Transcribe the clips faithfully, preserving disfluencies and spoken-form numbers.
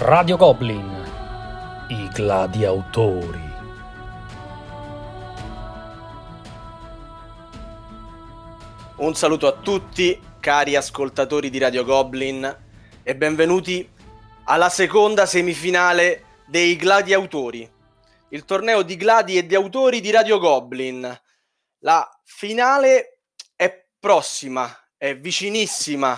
Radio Goblin, i gladiatori. Un saluto a tutti, cari ascoltatori di Radio Goblin, e benvenuti alla seconda semifinale dei gladiatori, il torneo di gladi e di autori di Radio Goblin. La finale è prossima, è vicinissima.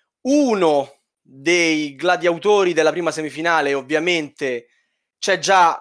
Uno dei gladiatori della prima semifinale ovviamente c'è già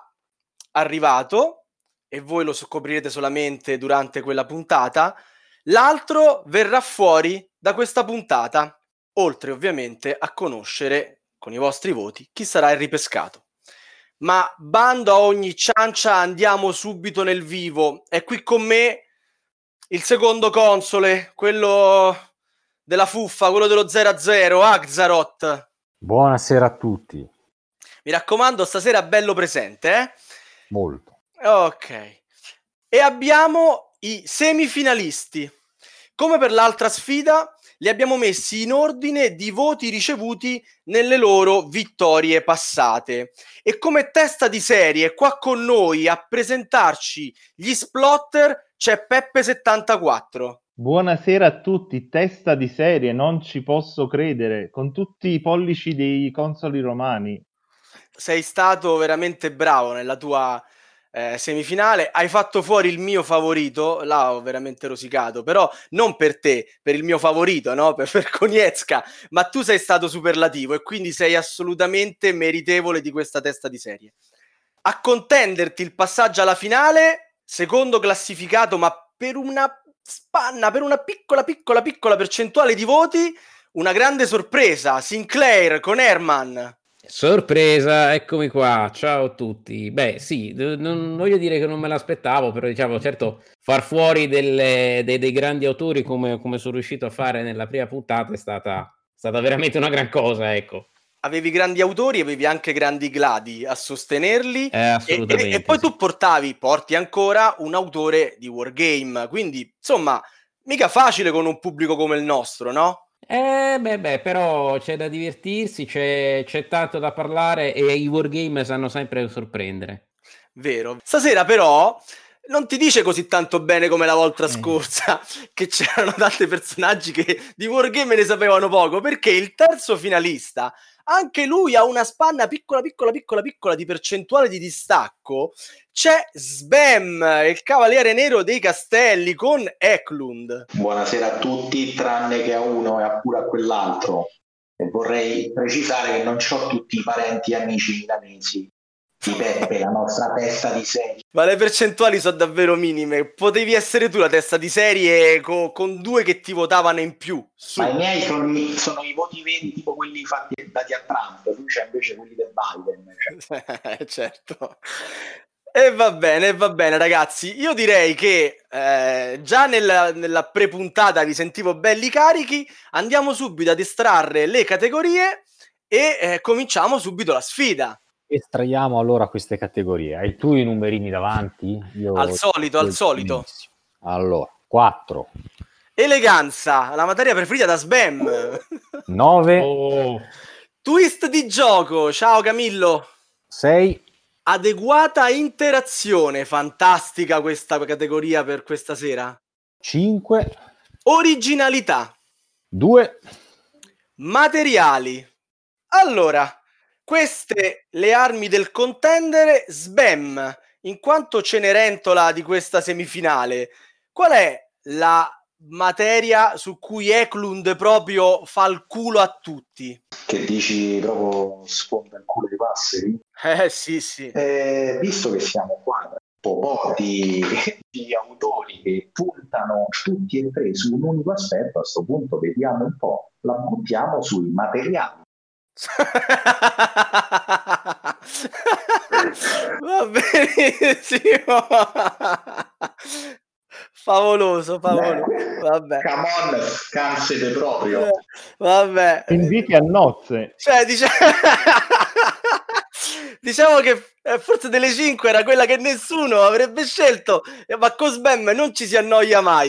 arrivato e voi lo scoprirete solamente durante quella puntata. L'altro verrà fuori da questa puntata, oltre ovviamente a conoscere con i vostri voti chi sarà il ripescato. Ma bando a ogni ciancia, andiamo subito nel vivo. È qui con me il secondo console, quello della fuffa, quello dello zero a zero, Axaroth. Buonasera a tutti. Mi raccomando, stasera bello presente, eh? Molto. Ok. E abbiamo i semifinalisti. Come per l'altra sfida, li abbiamo messi in ordine di voti ricevuti nelle loro vittorie passate. E come testa di serie, qua con noi a presentarci gli Splotter c'è Peppe settantaquattro. Buonasera a tutti, testa di serie, non ci posso credere, con tutti i pollici dei consoli romani. Sei stato veramente bravo nella tua eh, semifinale, hai fatto fuori il mio favorito, là ho veramente rosicato, però non per te, per il mio favorito, no? Per, per Konietzka, ma tu sei stato superlativo e quindi sei assolutamente meritevole di questa testa di serie. A contenderti il passaggio alla finale, secondo classificato, ma per una spanna, per una piccola piccola piccola percentuale di voti, una grande sorpresa, Sinclair con Herman. Sorpresa, eccomi qua, ciao a tutti. Beh sì, d- non voglio dire che non me l'aspettavo, però diciamo certo far fuori delle, dei, dei grandi autori come, come sono riuscito a fare nella prima puntata è stata, stata veramente una gran cosa, ecco. Avevi grandi autori, avevi anche grandi gladi a sostenerli, eh, assolutamente, e, e, e poi sì. tu portavi, porti ancora un autore di Wargame, quindi insomma mica facile con un pubblico come il nostro, no? Eh beh beh, però c'è da divertirsi, c'è, c'è tanto da parlare e i Wargame sanno sempre sorprendere. Vero. Stasera però non ti dice così tanto bene come la volta Eh. scorsa, che c'erano tanti personaggi che di Wargame ne sapevano poco, perché il terzo finalista, anche lui ha una spanna piccola piccola piccola piccola di percentuale di distacco. C'è Sbam, il cavaliere nero dei castelli con Eklund. Buonasera a tutti, tranne che a uno e a pure a quell'altro. E vorrei precisare che non ho tutti i parenti e amici milanesi di Peppe, la nostra testa di serie. Ma le percentuali sono davvero minime. Potevi essere tu la testa di serie co- con due che ti votavano in più. Su. Ma i miei sono i, sono i voti veri, tipo quelli fatti dati a Trump, lui c'è invece quelli del Biden. Cioè. Certo. E va bene, va bene ragazzi. Io direi che eh, già nella, nella prepuntata vi sentivo belli carichi. Andiamo subito ad estrarre le categorie e eh, cominciamo subito la sfida. Estraiamo allora queste categorie. Hai tu i numerini davanti? Io al solito, al solito. Benissimo. Allora, quattro. Eleganza, la materia preferita da Sbam. nove. Oh. Twist di gioco, ciao Camillo. sei. Adeguata interazione, fantastica questa categoria per questa sera. cinque. Originalità. due. Materiali. Allora, queste le armi del contendere. Sbam, in quanto Cenerentola di questa semifinale, qual è la materia su cui Eklund proprio fa il culo a tutti? Che dici proprio sfonda il culo dei passeri? Eh sì sì. Eh, visto che siamo qua un po' di, di autori che puntano tutti e tre su un unico aspetto, a questo punto vediamo un po', la buttiamo sui materiali. Va benissimo. Favoloso, favoloso. Beh, Vabbè. Come on, cansete proprio. Eh, vabbè. Inviti a nozze. Cioè, diciamo... diciamo che eh, forse delle cinque era quella che nessuno avrebbe scelto, eh, ma con Sbam non ci si annoia mai.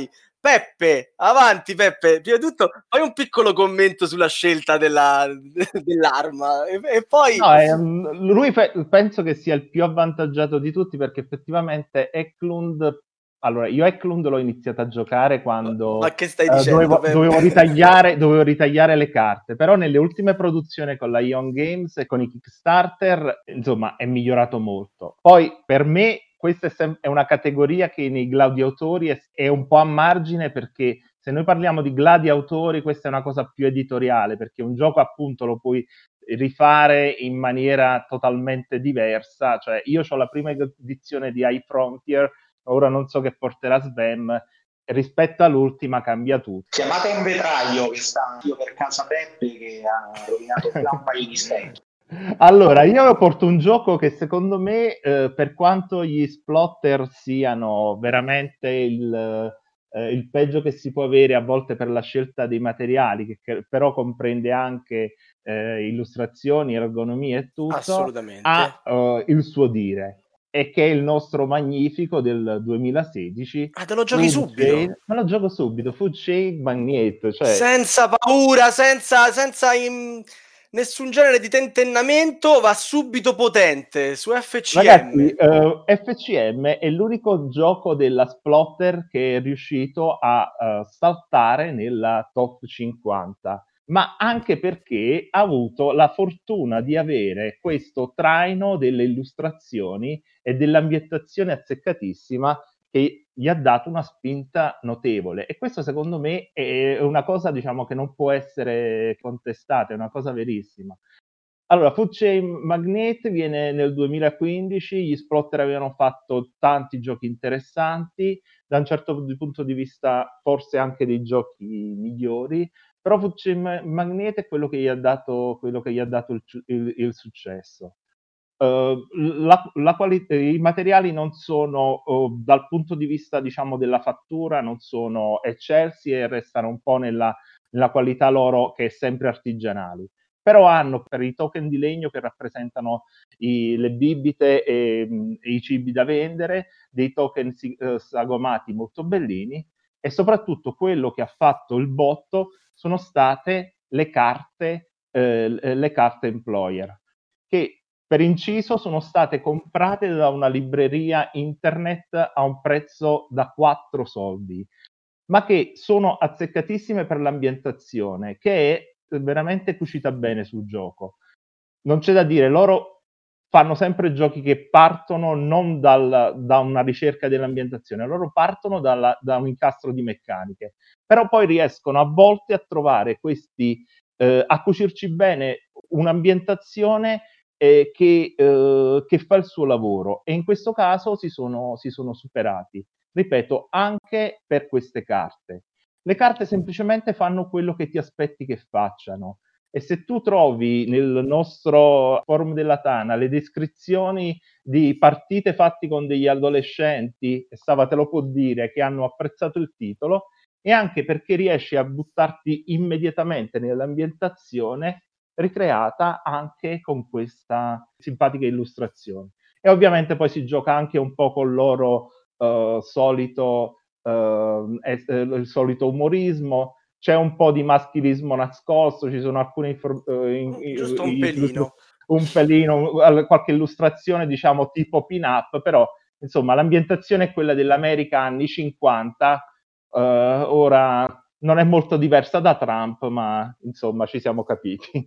Peppe, avanti Peppe, prima di tutto fai un piccolo commento sulla scelta della, dell'arma e, e poi... No, è, lui pe- penso che sia il più avvantaggiato di tutti perché effettivamente Eklund, allora io Eklund l'ho iniziato a giocare quando Ma che stai eh, dicendo, dovevo, Peppe? dovevo, ritagliare, dovevo ritagliare le carte, però nelle ultime produzioni con la Ion Games e con i Kickstarter, insomma, è migliorato molto. Poi per me questa è, sem- è una categoria che nei gladiatori è, è un po' a margine perché se noi parliamo di gladiatori questa è una cosa più editoriale perché un gioco appunto lo puoi rifare in maniera totalmente diversa, cioè io ho la prima edizione di High Frontier, ora non so che porterà Sven, rispetto all'ultima cambia tutto. Chiamate un vetraio che sta io per casa Peppe che ha rovinato un paio di specchi. Allora, io porto un gioco che secondo me, eh, per quanto gli splotter siano veramente il, eh, il peggio che si può avere a volte per la scelta dei materiali, che, che però comprende anche eh, illustrazioni, ergonomia e tutto, Assolutamente. ha uh, il suo dire. E che è il nostro magnifico del duemilasedici. Ah, te lo giochi Food subito? Chain, ma lo gioco subito, Food Chain Magneto. Cioè... Senza paura, senza, senza in... nessun genere di tentennamento, va subito potente su F C M. Ragazzi, uh, F C M è l'unico gioco della Splotter che è riuscito a uh, saltare nella top cinquanta, ma anche perché ha avuto la fortuna di avere questo traino delle illustrazioni e dell'ambientazione azzeccatissima che gli ha dato una spinta notevole. E questo secondo me è una cosa, diciamo, che non può essere contestata, è una cosa verissima. Allora, Food Chain Magnate viene nel duemilaquindici, gli Splotter avevano fatto tanti giochi interessanti, da un certo punto di vista forse anche dei giochi migliori, però Food Chain Magnate è quello che gli ha dato, quello che gli ha dato il, il, il successo. Uh, la, la quali- I materiali non sono, uh, dal punto di vista diciamo della fattura, non sono eccelsi e restano un po' nella, nella qualità loro che è sempre artigianali. Però hanno per i token di legno che rappresentano i, le bibite e, e i cibi da vendere, dei token uh, sagomati molto bellini e soprattutto quello che ha fatto il botto sono state le carte, eh, le carte employer, che per inciso sono state comprate da una libreria internet a un prezzo da quattro soldi, ma che sono azzeccatissime per l'ambientazione, che è veramente cucita bene sul gioco. Non c'è da dire, loro fanno sempre giochi che partono non dal, da una ricerca dell'ambientazione, loro partono dalla, da un incastro di meccaniche, però poi riescono a volte a trovare questi, eh, a cucirci bene un'ambientazione eh, che, eh, che fa il suo lavoro e in questo caso si sono, si sono superati. Ripeto, anche per queste carte. Le carte semplicemente fanno quello che ti aspetti che facciano. E se tu trovi nel nostro forum della Tana le descrizioni di partite fatte con degli adolescenti, e Sava te lo può dire, che hanno apprezzato il titolo, e anche perché riesci a buttarti immediatamente nell'ambientazione ricreata anche con questa simpatica illustrazione. E ovviamente poi si gioca anche un po' con il loro uh, solito, uh, es- il solito umorismo, c'è un po' di maschilismo nascosto, ci sono alcuni... Uh, in, Giusto un in, pelino. Un pelino, qualche illustrazione diciamo tipo pin-up, però insomma l'ambientazione è quella dell'America anni cinquanta, uh, ora non è molto diversa da Trump, ma insomma ci siamo capiti.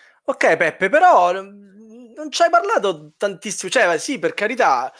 Ok Peppe, però non ci hai parlato tantissimo, cioè sì, per carità,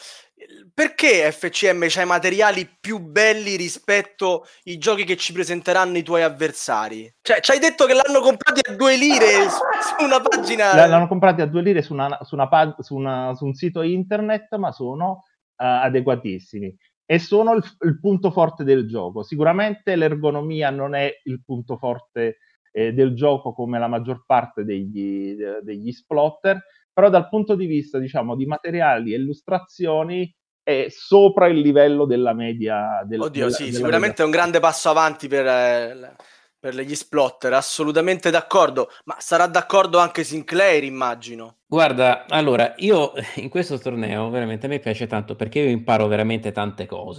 perché F C M c'ha i materiali più belli rispetto ai giochi che ci presenteranno i tuoi avversari? Cioè, ci hai detto che l'hanno comprati a due lire su, su una pagina... L'hanno comprati a due lire su, una, su, una pag- su, una, su un sito internet, ma sono uh, adeguatissimi. E sono il, il punto forte del gioco. Sicuramente l'ergonomia non è il punto forte eh, del gioco come la maggior parte degli, de, degli splotter, però dal punto di vista, diciamo, di materiali e illustrazioni è sopra il livello della media. Del, Oddio, della, sì, della sicuramente media. è un grande passo avanti per, eh, per gli splotter, assolutamente d'accordo, ma sarà d'accordo anche Sinclair, immagino. Guarda, allora, io in questo torneo veramente a me piace tanto perché io imparo veramente tante cose.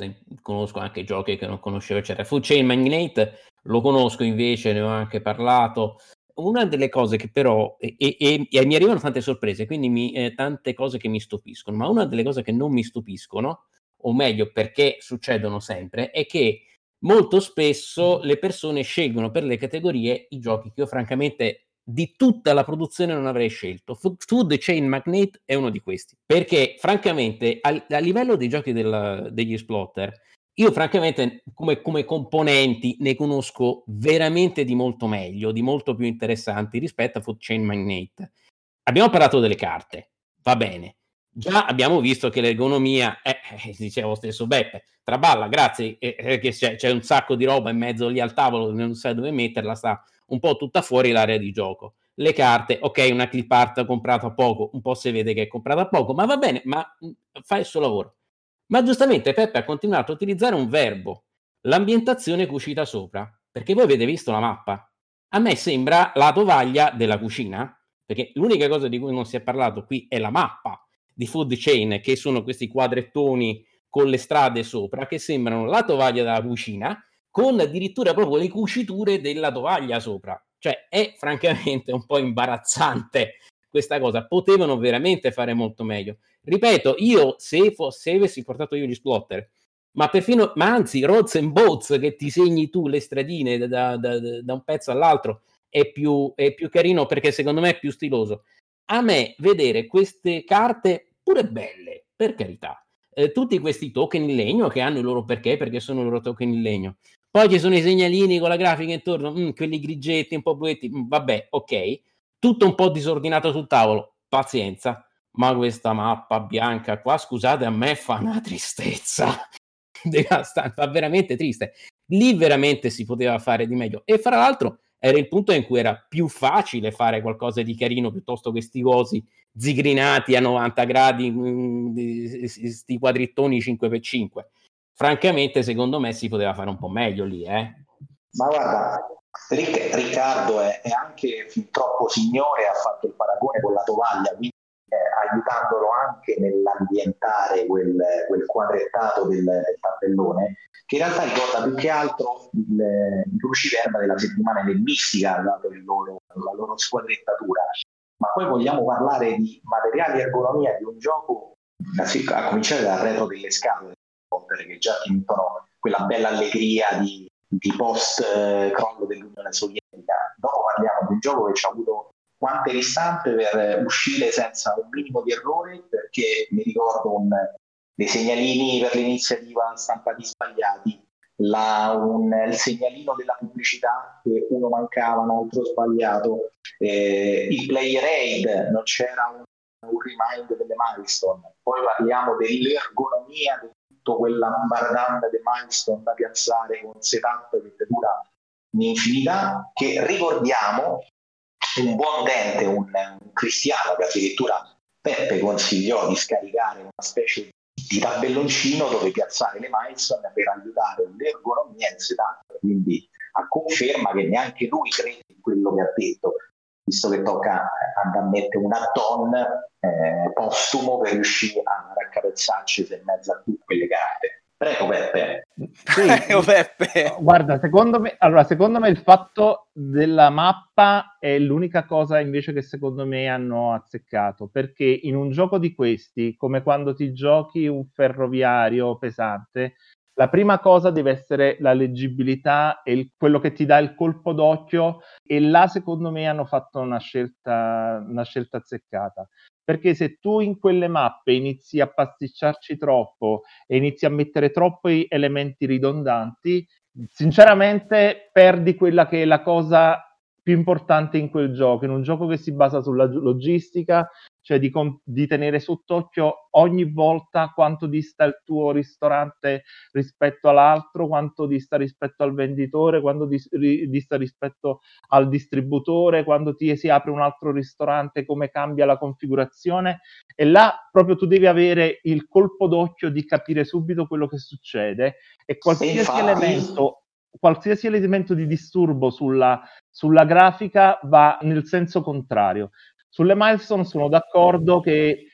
conosco anche giochi che non conoscevo, eccetera. Food Chain Magnate lo conosco invece, ne ho anche parlato. Una delle cose che però, e, e, e mi arrivano tante sorprese, quindi mi, eh, tante cose che mi stupiscono, ma una delle cose che non mi stupiscono, o meglio perché succedono sempre, è che molto spesso le persone scelgono per le categorie i giochi che io francamente di tutta la produzione non avrei scelto. Food Chain Magnate è uno di questi, perché francamente a, a livello dei giochi del, degli Splotter, io francamente come, come componenti ne conosco veramente di molto meglio, di molto più interessanti rispetto a Food Chain Magnate. Abbiamo parlato delle carte, va bene. Già abbiamo visto che l'ergonomia, eh, eh, dicevo stesso Beppe, traballa, grazie, eh, eh, che c'è, c'è un sacco di roba in mezzo lì al tavolo, non sai dove metterla, sta un po' tutta fuori l'area di gioco. Le carte, ok, una clip art comprata poco, un po' si vede che è comprata poco, ma va bene, ma mh, fa il suo lavoro. Ma giustamente Peppe ha continuato a utilizzare un verbo, l'ambientazione cucita sopra, perché voi avete visto la mappa. A me sembra la tovaglia della cucina, perché l'unica cosa di cui non si è parlato qui è la mappa di Food Chain, che sono questi quadrettoni con le strade sopra, che sembrano la tovaglia della cucina, con addirittura proprio le cuciture della tovaglia sopra. Cioè è francamente un po' imbarazzante questa cosa, potevano veramente fare molto meglio. Ripeto, io se, fosse, se avessi portato io gli Splotter, ma perfino, ma anzi, Roads and Boats, che ti segni tu le stradine da, da, da un pezzo all'altro, è più, è più carino perché secondo me è più stiloso. A me vedere queste carte, pure belle, per carità, eh, tutti questi token in legno che hanno il loro perché, perché sono i loro token in legno. Poi ci sono i segnalini con la grafica intorno, mm, quelli grigetti, un po' bluetti, mm, vabbè, ok. Tutto un po' disordinato sul tavolo, pazienza. Ma questa mappa bianca qua, scusate, a me fa una tristezza. Fa veramente triste. Lì veramente si poteva fare di meglio. E fra l'altro era il punto in cui era più facile fare qualcosa di carino piuttosto che sti cosi zigrinati a novanta gradi, mh, sti quadrittoni cinque per cinque. Francamente, secondo me si poteva fare un po' meglio lì, eh. Ma guarda, Ric- Riccardo è, è anche fin troppo signore, ha fatto il paragone con la tovaglia, quindi eh, aiutandolo anche nell'ambientare quel, quel quadrettato del, del tabellone, che in realtà ricorda più che altro il, il cruciverba della settimana enigmistica, dato il loro, la loro squadrettatura. Ma poi vogliamo parlare di materiali e ergonomia di un gioco, a cominciare dal retro delle scatole, che già ti mettono quella bella allegria di, di post eh, crollo dell'Unione Sovietica. Dopo parliamo di un gioco che ci ha avuto quante ristampe per uscire senza un minimo di errore, perché mi ricordo un, dei segnalini per l'iniziativa stampati sbagliati, la, un, il segnalino della pubblicità che uno mancava, un altro sbagliato, eh, il player aid, non c'era un, un remind delle milestone. Poi parliamo dell'ergonomia di tutto quell'ambardanda dei milestone da piazzare con setup che dura un'infinità, che ricordiamo un buon utente, un, un cristiano, che addirittura Peppe consigliò di scaricare una specie di tabelloncino dove piazzare le milestone per aiutare l'ergonomia in setup, quindi a conferma che neanche lui crede in quello che ha detto, visto che tocca andare a mettere un add-on eh, postumo per riuscire a raccapezzarci in mezzo a tutte quelle carte. Prego Peppe. Sì, Prego Peppe. Guarda, secondo me, allora, secondo me il fatto della mappa è l'unica cosa invece che secondo me hanno azzeccato, perché in un gioco di questi, come quando ti giochi un ferroviario pesante, la prima cosa deve essere la leggibilità e il, quello che ti dà il colpo d'occhio, e là secondo me hanno fatto una scelta, una scelta azzeccata. Perché se tu in quelle mappe inizi a pasticciarci troppo e inizi a mettere troppi elementi ridondanti, sinceramente perdi quella che è la cosa più importante in quel gioco, in un gioco che si basa sulla logistica, cioè di, di tenere sott'occhio ogni volta quanto dista il tuo ristorante rispetto all'altro, quanto dista rispetto al venditore, quanto dis, ri, dista rispetto al distributore, quando ti si apre un altro ristorante, come cambia la configurazione, e là proprio tu devi avere il colpo d'occhio di capire subito quello che succede, e qualsiasi infatti elemento qualsiasi elemento di disturbo sulla, sulla grafica va nel senso contrario. Sulle milestone sono d'accordo che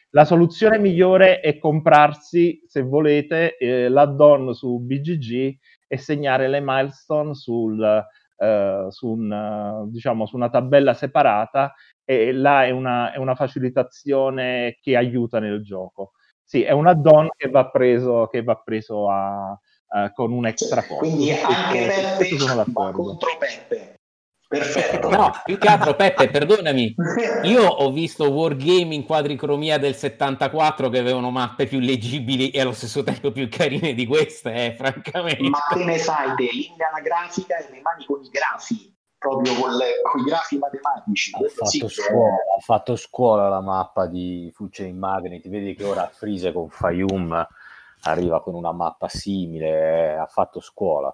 la soluzione migliore è comprarsi, se volete, eh, l'add-on su B G G e segnare le milestone sul, eh, su, un, diciamo, su una tabella separata, e là è una, è una facilitazione che aiuta nel gioco. Sì, è un add-on che va preso, che va preso a, a, con un extra costo. Quindi anche questo, Peppe sono va d'accordo. contro Peppe. Perfetto. No, più che altro Peppe, perdonami, io ho visto wargame in quadricromia del settantaquattro che avevano mappe più leggibili e allo stesso tempo più carine di queste, eh, francamente. Ma te ne sai dell'india la grafica e le mani con i grafi, proprio con, le, con i grafi matematici. Ha fatto, Sì, scuola, eh. ha fatto scuola la mappa di Food Chain Magneti, vedi che ora Freeze con Fayum arriva con una mappa simile, eh, ha fatto scuola.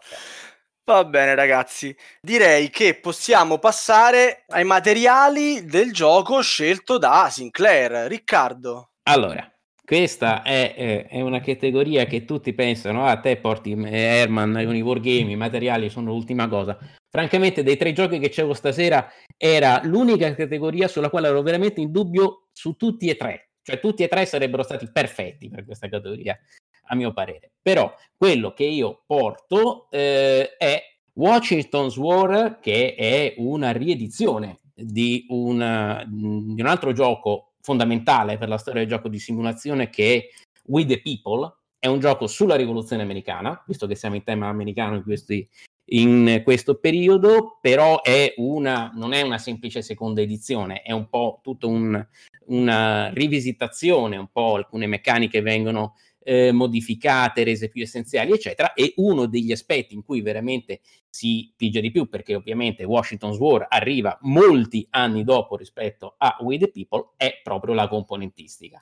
Va bene ragazzi, direi che possiamo passare ai materiali del gioco scelto da Sinclair. Riccardo. Allora, questa è, eh, è una categoria che tutti pensano, ah, te porti Herman con i wargame, i materiali sono l'ultima cosa. Francamente, dei tre giochi che c'avevo stasera era l'unica categoria sulla quale ero veramente in dubbio su tutti e tre. Cioè tutti e tre sarebbero stati perfetti per questa categoria, a mio parere. Però quello che io porto eh, è Washington's War, che è una riedizione di, una, di un altro gioco fondamentale per la storia del gioco di simulazione, che è We the People. È un gioco sulla rivoluzione americana, visto che siamo in tema americano in, questi, in questo periodo, però è una, non è una semplice seconda edizione, è un po' tutta un, una rivisitazione, un po' alcune meccaniche vengono eh, modificate, rese più essenziali, eccetera, e uno degli aspetti in cui veramente si pigia di più, perché ovviamente Washington's War arriva molti anni dopo rispetto a We the People, è proprio la componentistica.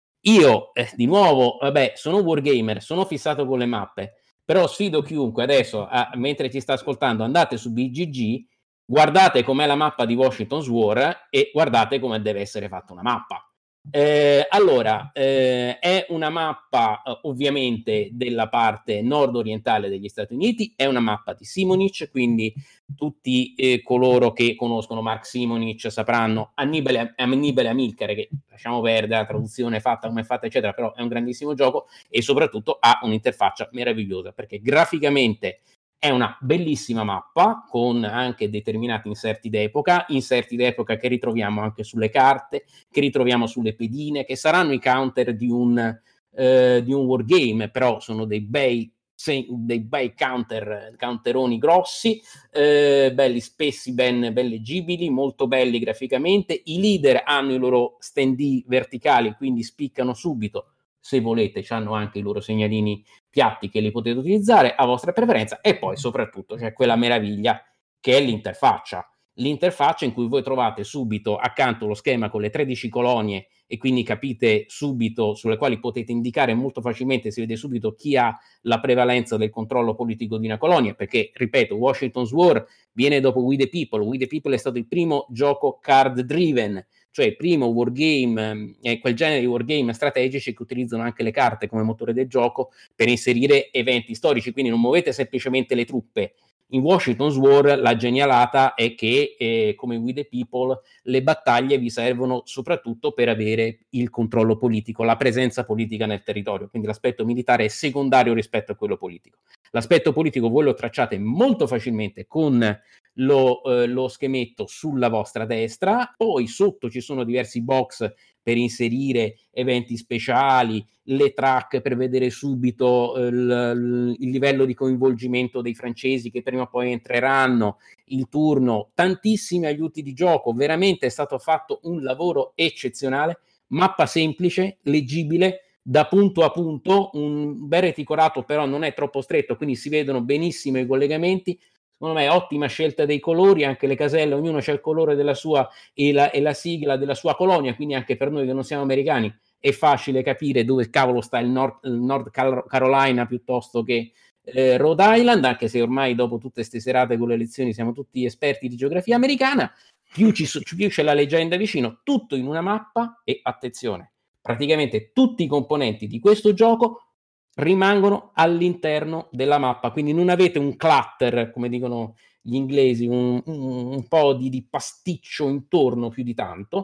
Io, eh, di nuovo, vabbè, sono wargamer, sono fissato con le mappe, però sfido chiunque adesso, a, mentre ci sta ascoltando, andate su B G G, guardate com'è la mappa di Washington's War e guardate come deve essere fatta una mappa. Eh, allora, eh, è una mappa eh, ovviamente della parte nord-orientale degli Stati Uniti, è una mappa di Simonic, quindi tutti eh, coloro che conoscono Mark Simonic sapranno, Annibale, Annibale Amilcare, che lasciamo perdere la traduzione fatta come è fatta eccetera, però è un grandissimo gioco e soprattutto ha un'interfaccia meravigliosa, perché graficamente è una bellissima mappa con anche determinati inserti d'epoca, inserti d'epoca che ritroviamo anche sulle carte, che ritroviamo sulle pedine, che saranno i counter di un, eh, di un wargame, però sono dei bei, dei bei counter, counteroni grossi, eh, belli spessi, ben, ben leggibili, molto belli graficamente. I leader hanno i loro stand verticali, quindi spiccano subito. Se volete, hanno anche i loro segnalini piatti che li potete utilizzare a vostra preferenza, e poi soprattutto c'è quella meraviglia che è l'interfaccia. L'interfaccia in cui voi trovate subito accanto lo schema con le tredici colonie e quindi capite subito, sulle quali potete indicare molto facilmente, si vede subito chi ha la prevalenza del controllo politico di una colonia, perché, ripeto, Washington's War viene dopo We the People. We the People è stato il primo gioco card driven, cioè il primo wargame, eh, quel genere di wargame strategici che utilizzano anche le carte come motore del gioco per inserire eventi storici, quindi non muovete semplicemente le truppe. In Washington's War la genialata è che, eh, come We the People, le battaglie vi servono soprattutto per avere il controllo politico, la presenza politica nel territorio, quindi l'aspetto militare è secondario rispetto a quello politico. L'aspetto politico voi lo tracciate molto facilmente con lo, eh, lo schemetto sulla vostra destra, poi sotto ci sono diversi box per inserire eventi speciali, le track per vedere subito eh, il, il livello di coinvolgimento dei francesi che prima o poi entreranno, il turno, tantissimi aiuti di gioco, veramente è stato fatto un lavoro eccezionale, mappa semplice, leggibile, da punto a punto, un bel reticorato però non è troppo stretto, quindi si vedono benissimo i collegamenti. Secondo me ottima scelta dei colori, anche le caselle, ognuno c'ha il colore della sua e la, e la sigla della sua colonia, quindi anche per noi che non siamo americani è facile capire dove cavolo sta il Nord, il Nord Carolina piuttosto che eh, Rhode Island, anche se ormai dopo tutte queste serate con le elezioni siamo tutti esperti di geografia americana, più, ci, più c'è la leggenda vicino, tutto in una mappa e attenzione, praticamente tutti i componenti di questo gioco rimangono all'interno della mappa, quindi non avete un clutter, come dicono gli inglesi, un, un, un po' di, di pasticcio intorno più di tanto,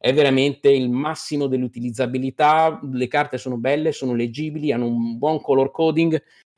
è veramente il massimo dell'utilizzabilità. Le carte sono belle, sono leggibili, hanno un buon color coding,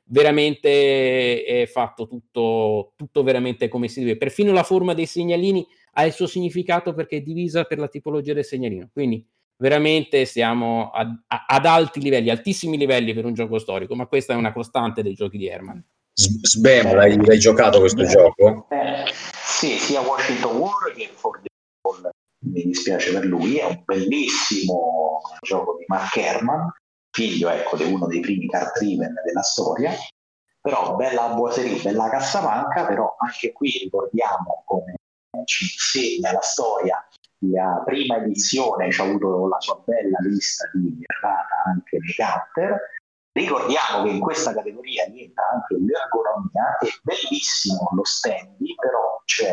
veramente è fatto tutto, tutto veramente come si deve. Perfino la forma dei segnalini ha il suo significato perché è divisa per la tipologia del segnalino, quindi veramente siamo ad, ad alti livelli, altissimi livelli per un gioco storico, ma questa è una costante dei giochi di Herman. Sbemo, l'hai, l'hai giocato questo Beh, gioco? Eh, sì, sia Washington War che For the Fall, mi dispiace per lui, è un bellissimo gioco di Mark Herman, figlio ecco, di uno dei primi card driven della storia, però bella boiserie, bella cassapanca, però anche qui ricordiamo come ci insegna la storia, la prima edizione ci ha avuto la sua bella lista di errata anche nei counter. Ricordiamo che in questa categoria rientra anche l'ergonomia, è bellissimo lo standy, però c'è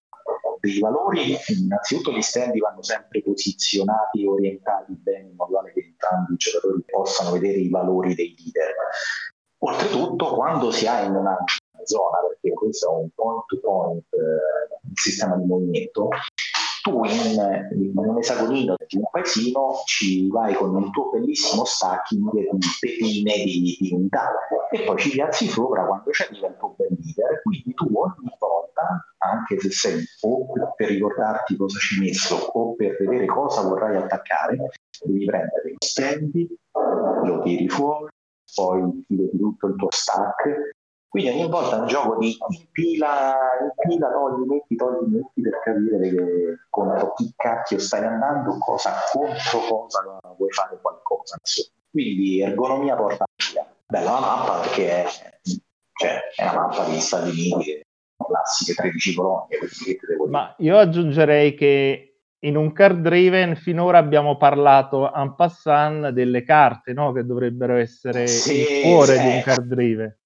dei valori, innanzitutto gli standy vanno sempre posizionati e orientati bene in modo tale che entrambi i giocatori possano vedere i valori dei leader. Oltretutto quando si ha in una zona, perché questo è un point to point eh, il sistema di movimento, tu in, in un esagonino di un paesino ci vai con il tuo bellissimo stacking di pedine di, di unità e poi ci piazzi sopra quando c'è il tuo bel leader, quindi tu ogni volta, anche se sei o per ricordarti cosa ci hai messo o per vedere cosa vorrai attaccare, devi prendere lo standy, lo tiri fuori, poi ti vedi tutto il tuo stack. Quindi ogni volta è un gioco di impila, impila, togli, metti, togli, metti per capire che contro chi cacchio stai andando, cosa contro cosa vuoi fare qualcosa. Quindi ergonomia porta via. Bella la mappa perché è, cioè, è una mappa degli Stati Uniti, classiche tredici colonie. Ma io aggiungerei che in un card driven finora abbiamo parlato en passant delle carte, no? Che dovrebbero essere sì, il cuore sì. di un card driven.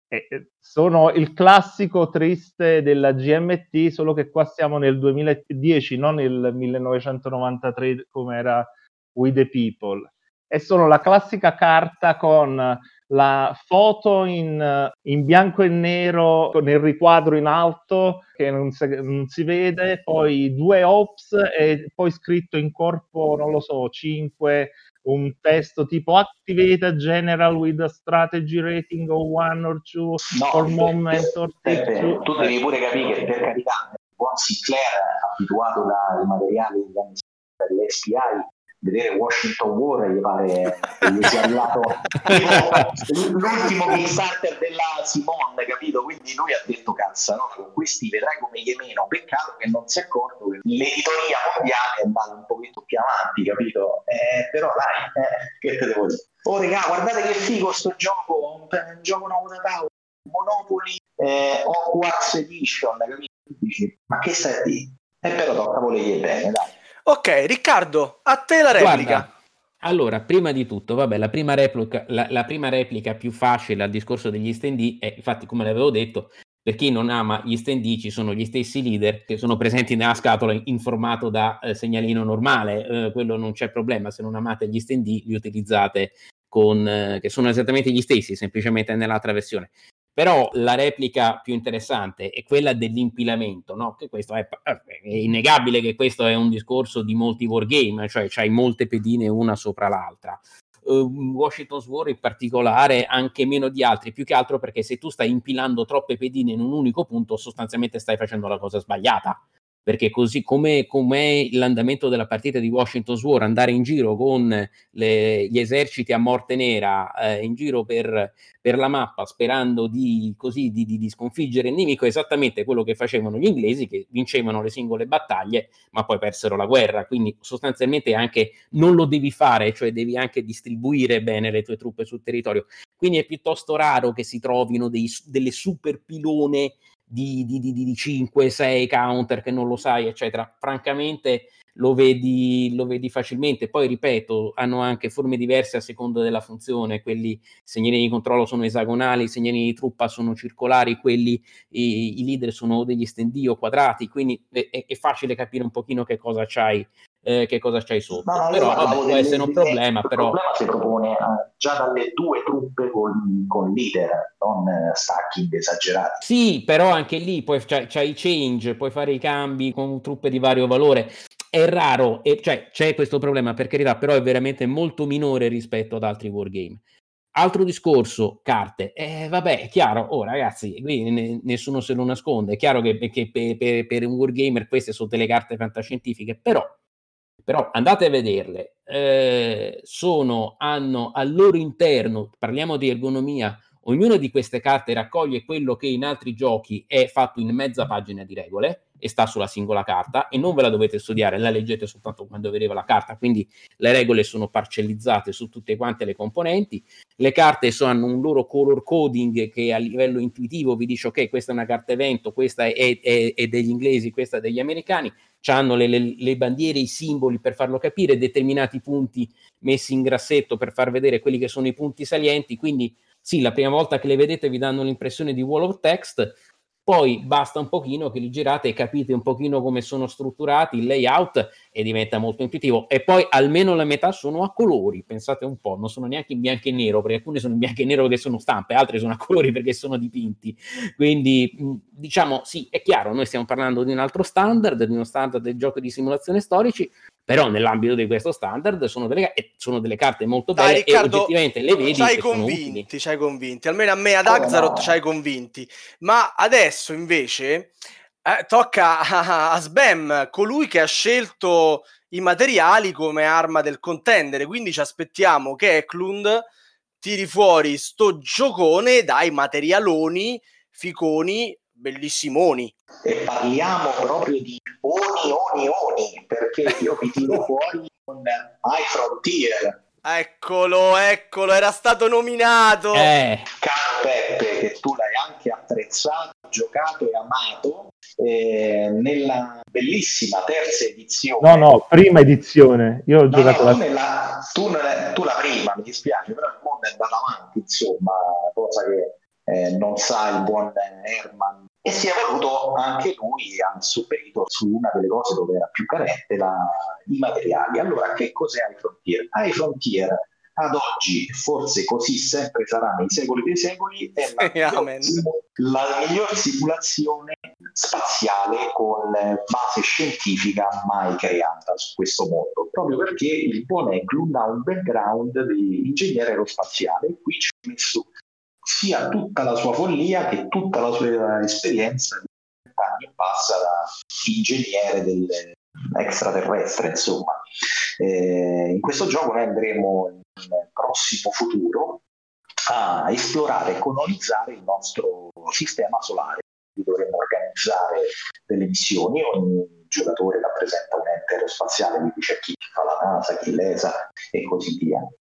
Sono il classico triste della G M T, solo che qua siamo nel duemiladieci, non nel millenovecentonovantatré come era We the People. E sono la classica carta con la foto in, in bianco e nero con il riquadro in alto che non si, non si vede, poi due ops e poi scritto in corpo, non lo so, cinque, un testo tipo Activate General with a strategy rating of one or two no, for moment or Peppe, two. tu devi pure capire che per carità il buon Sinclair, abituato dai materiali degli anni dell'S P I, vedere Washington War gli pare che gli sia arrivato l'ultimo Kickstarter della Simone, capito? Quindi lui ha detto cazzo, no? Con questi vedrai come gli è meno. Peccato che non si è accorto che l'editoria mondiale è andata un pochino più avanti, capito? Eh, però dai, eh, che te devo dire? Oh regà, guardate che figo sto gioco, un, un gioco nuovo da tavola, Monopoly eh, Hogwarts Edition, capito? Dici, ma che stai a dire? E eh, però tocca volergli bene, dai. Ok, Riccardo, a te la replica. Guarda, allora, prima di tutto, vabbè, la prima replica, la, la prima replica più facile al discorso degli stand è, infatti, come l'avevo detto, per chi non ama gli stand ci sono gli stessi leader che sono presenti nella scatola in, in formato da eh, segnalino normale, eh, quello non c'è problema, se non amate gli stand li utilizzate con, eh, che sono esattamente gli stessi, semplicemente nell'altra versione. Però la replica più interessante è quella dell'impilamento, no? Che questo è, è innegabile che questo è un discorso di molti wargame, cioè c'hai molte pedine una sopra l'altra. Uh, Washington's War in particolare anche meno di altri, più che altro perché se tu stai impilando troppe pedine in un unico punto sostanzialmente stai facendo la cosa sbagliata, perché così come com'è l'andamento della partita di Washington's War, andare in giro con le, gli eserciti a morte nera eh, in giro per, per la mappa sperando di, così, di, di, di sconfiggere il nemico, è esattamente quello che facevano gli inglesi, che vincevano le singole battaglie ma poi persero la guerra, quindi sostanzialmente anche non lo devi fare, cioè devi anche distribuire bene le tue truppe sul territorio, quindi è piuttosto raro che si trovino dei, delle super pilone di, di, di, di cinque sei counter che non lo sai eccetera. Francamente lo vedi, lo vedi facilmente. Poi ripeto, hanno anche forme diverse a seconda della funzione, quelli segnalini di controllo sono esagonali, i segnalini di truppa sono circolari, quelli i, i leader sono degli stendio quadrati, quindi è, è facile capire un pochino che cosa c'hai eh, che cosa c'hai sotto. No, no, Però io vabbè, parlavo può delle- essere un delle- problema, il però problema si propone eh, già dalle due truppe con, con leader, non eh, stacking esagerati. sì, però anche lì poi c'hai, c'hai i change, puoi fare i cambi con truppe di vario valore. È raro, e, cioè c'è questo problema per carità, però è veramente molto minore rispetto ad altri wargame. Altro discorso, carte. Eh, vabbè, è chiaro, oh ragazzi, qui ne- nessuno se lo nasconde. È chiaro che, che per, per- per un wargamer queste sono delle carte fantascientifiche, però, però andate a vederle. Eh, sono, hanno al loro interno, parliamo di ergonomia, ognuna di queste carte raccoglie quello che in altri giochi è fatto in mezza pagina di regole e sta sulla singola carta e non ve la dovete studiare, la leggete soltanto quando vedete la carta, quindi le regole sono parcellizzate su tutte quante le componenti. Le carte so, hanno un loro color coding che a livello intuitivo vi dice ok, questa è una carta evento, questa è, è, è degli inglesi, questa è degli americani, hanno le, le, le bandiere, i simboli per farlo capire, determinati punti messi in grassetto per far vedere quelli che sono i punti salienti, quindi sì, la prima volta che le vedete vi danno l'impressione di wall of text, poi basta un pochino che li girate e capite un pochino come sono strutturati, il layout, e diventa molto intuitivo. E poi almeno la metà sono a colori, pensate un po', non sono neanche in bianco e nero, perché alcune sono in bianco e nero perché sono stampe, altre sono a colori perché sono dipinti. Quindi diciamo sì, è chiaro, noi stiamo parlando di un altro standard, di uno standard del gioco di simulazione storici, però nell'ambito di questo standard sono delle, sono delle carte molto belle. Dai, Riccardo, e oggettivamente le vedi ci hai e convinti, ci hai convinti, almeno a me ad Axaroth ci hai convinti, ma adesso invece eh, tocca a, a Sbam, colui che ha scelto i materiali come arma del contendere, quindi ci aspettiamo che Eklund tiri fuori sto giocone dai materialoni ficoni bellissimoni. E parliamo proprio di oni, oni, oni, perché io vi tiro fuori con iFrontier. Eccolo, eccolo, era stato nominato. Eh. Caro Peppe, che tu l'hai anche apprezzato, giocato e amato eh, nella bellissima terza edizione. No, no, prima edizione. Io ho no, giocato no, la... Tu, nella, tu, nella, tu la prima, mi dispiace, però il mondo è andato avanti, insomma, cosa che eh, non sa il buon Herman. E si è voluto anche lui, ha sopperito su una delle cose dove era più carente, la, i materiali. Allora, che cos'è iFrontier? iFrontier ad oggi, forse così sempre sarà nei secoli dei secoli, è la miglior, la miglior simulazione spaziale con base scientifica mai creata su questo mondo, proprio perché il buon Eklund ha un background di ingegnere aerospaziale e qui ci ha messo sia tutta la sua follia che tutta la sua esperienza di vent'anni e passa da ingegnere dell'extraterrestre, insomma. Eh, in questo gioco noi andremo nel prossimo futuro a esplorare e colonizzare il nostro sistema solare. Dovremmo organizzare delle missioni, ogni giocatore rappresenta un ente aerospaziale, quindi c'è chi fa la NASA, chi l'E S A e così via.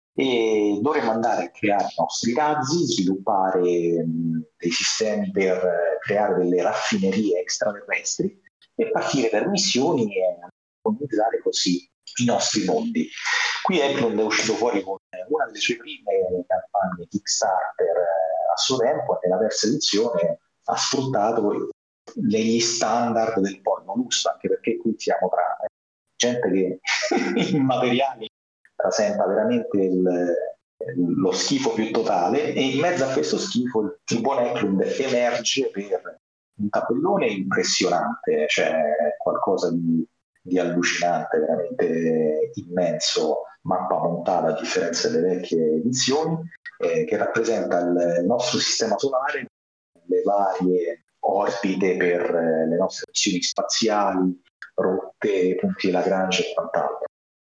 E dovremmo andare a creare i nostri razzi, sviluppare mh, dei sistemi per creare delle raffinerie extraterrestri e partire per missioni e colonizzare così i nostri mondi. Qui Eklund è uscito fuori con una delle sue prime campagne Kickstarter a suo tempo, nella terza edizione ha sfruttato gli standard del Polmonus, anche perché qui siamo tra gente che in materiali rappresenta veramente il, lo schifo più totale, e in mezzo a questo schifo il buon Eklund emerge per un tabellone impressionante, cioè qualcosa di, di allucinante, veramente immenso, mappa montata a differenza delle vecchie edizioni, eh, che rappresenta il nostro sistema solare, le varie orbite per eh, le nostre missioni spaziali, rotte, punti di Lagrange e quant'altro.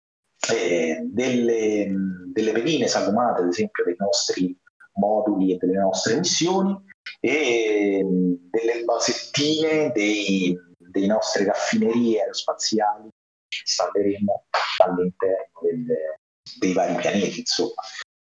Eh, delle, delle pedine sagomate, ad esempio, dei nostri moduli e delle nostre missioni, e delle basettine dei, dei nostre raffinerie aerospaziali che installeremo all'interno delle, dei vari pianeti, insomma.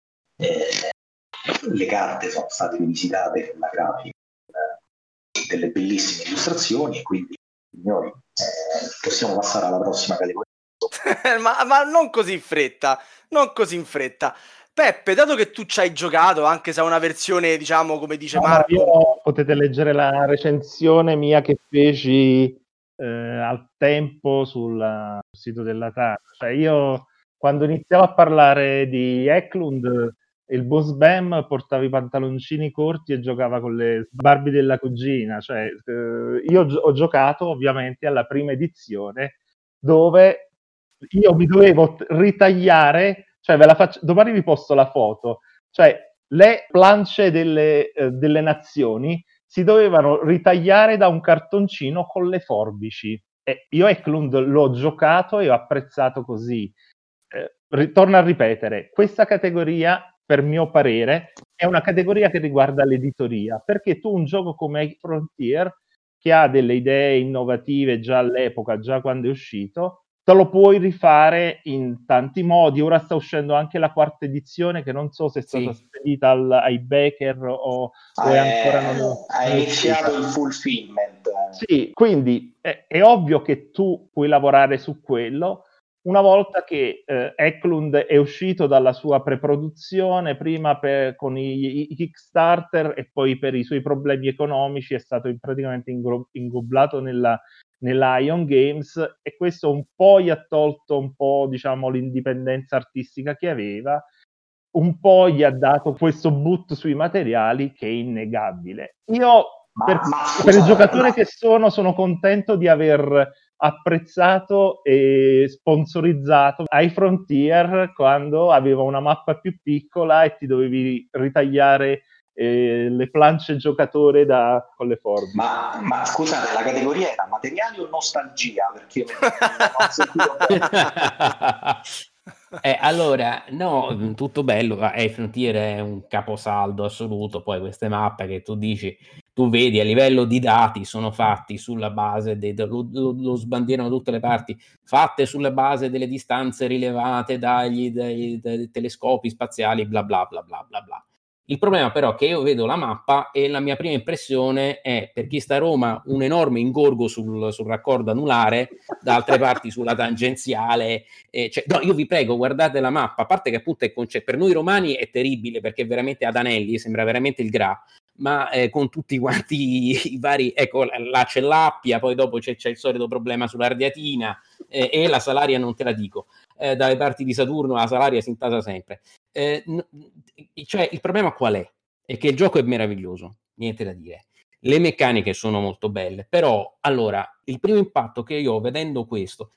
Eh, le carte sono state rivisitate per la grafica, eh, delle bellissime illustrazioni, e quindi, signori, eh, possiamo passare alla prossima categoria. ma, ma non così in fretta, non così in fretta. Peppe, dato che tu ci hai giocato, anche se è una versione, diciamo, come dice no, Marco... Io, potete leggere la recensione mia che feci eh, al tempo sul sito della Tana. Cioè io quando iniziavo a parlare di Eklund, il boss Bam portava i pantaloncini corti e giocava con le Barbie della cugina. Cioè, eh, io gi- ho giocato ovviamente alla prima edizione dove io mi dovevo t- ritagliare, cioè ve la faccio, domani vi posto la foto, cioè le plance delle, eh, delle nazioni si dovevano ritagliare da un cartoncino con le forbici. E io Eklund l'ho giocato e ho apprezzato così. Eh, ritorno a ripetere, questa categoria, per mio parere, è una categoria che riguarda l'editoria, perché tu un gioco come Frontier, che ha delle idee innovative già all'epoca, già quando è uscito, te lo puoi rifare in tanti modi. Ora sta uscendo anche la quarta edizione, che non so se è stata Sì. spedita al, ai backer o, o è ancora non, non ha è iniziato uscita. il fulfillment. Sì, quindi è, è ovvio che tu puoi lavorare su quello. Una volta che eh, Eklund è uscito dalla sua preproduzione, prima per, con i, i Kickstarter e poi per i suoi problemi economici è stato praticamente ingro- ingoblato nella, nella Ion Games, e questo un po' gli ha tolto un po', diciamo, l'indipendenza artistica che aveva, un po' gli ha dato questo boot sui materiali che è innegabile. Io, Ma, per, ma per il scusate, giocatore ma- che sono, sono contento di aver apprezzato e sponsorizzato ai Frontier quando aveva una mappa più piccola e ti dovevi ritagliare eh, le plance giocatore da, con le forbici. Ma, ma scusate, la categoria era materiali o nostalgia? Perché non ho sentito bene. Eh, allora, no, tutto bello, ma eh, Frontier è un caposaldo assoluto. Poi queste mappe che tu dici, tu vedi a livello di dati sono fatti sulla base, de, lo, lo, lo sbandierano da tutte le parti, fatte sulla base delle distanze rilevate dagli, dai, dai telescopi spaziali, bla bla bla bla bla bla. Il problema però è che io vedo la mappa e la mia prima impressione è, per chi sta a Roma, un enorme ingorgo sul, sul raccordo anulare, da altre parti sulla tangenziale. Eh, cioè, no, io vi prego, guardate la mappa, a parte che appunto è conce- per noi romani è terribile perché è veramente ad anelli, sembra veramente il Gra, ma eh, con tutti quanti i, i vari, ecco, là c'è l'Appia, poi dopo c'è, c'è il solito problema sull'Ardiatina eh, e la Salaria non te la dico. Eh, dalle parti di Saturno la Salaria si intasa sempre. Eh, n- cioè, il problema qual è? È che il gioco è meraviglioso, niente da dire. Le meccaniche sono molto belle, però, allora, il primo impatto che io ho vedendo questo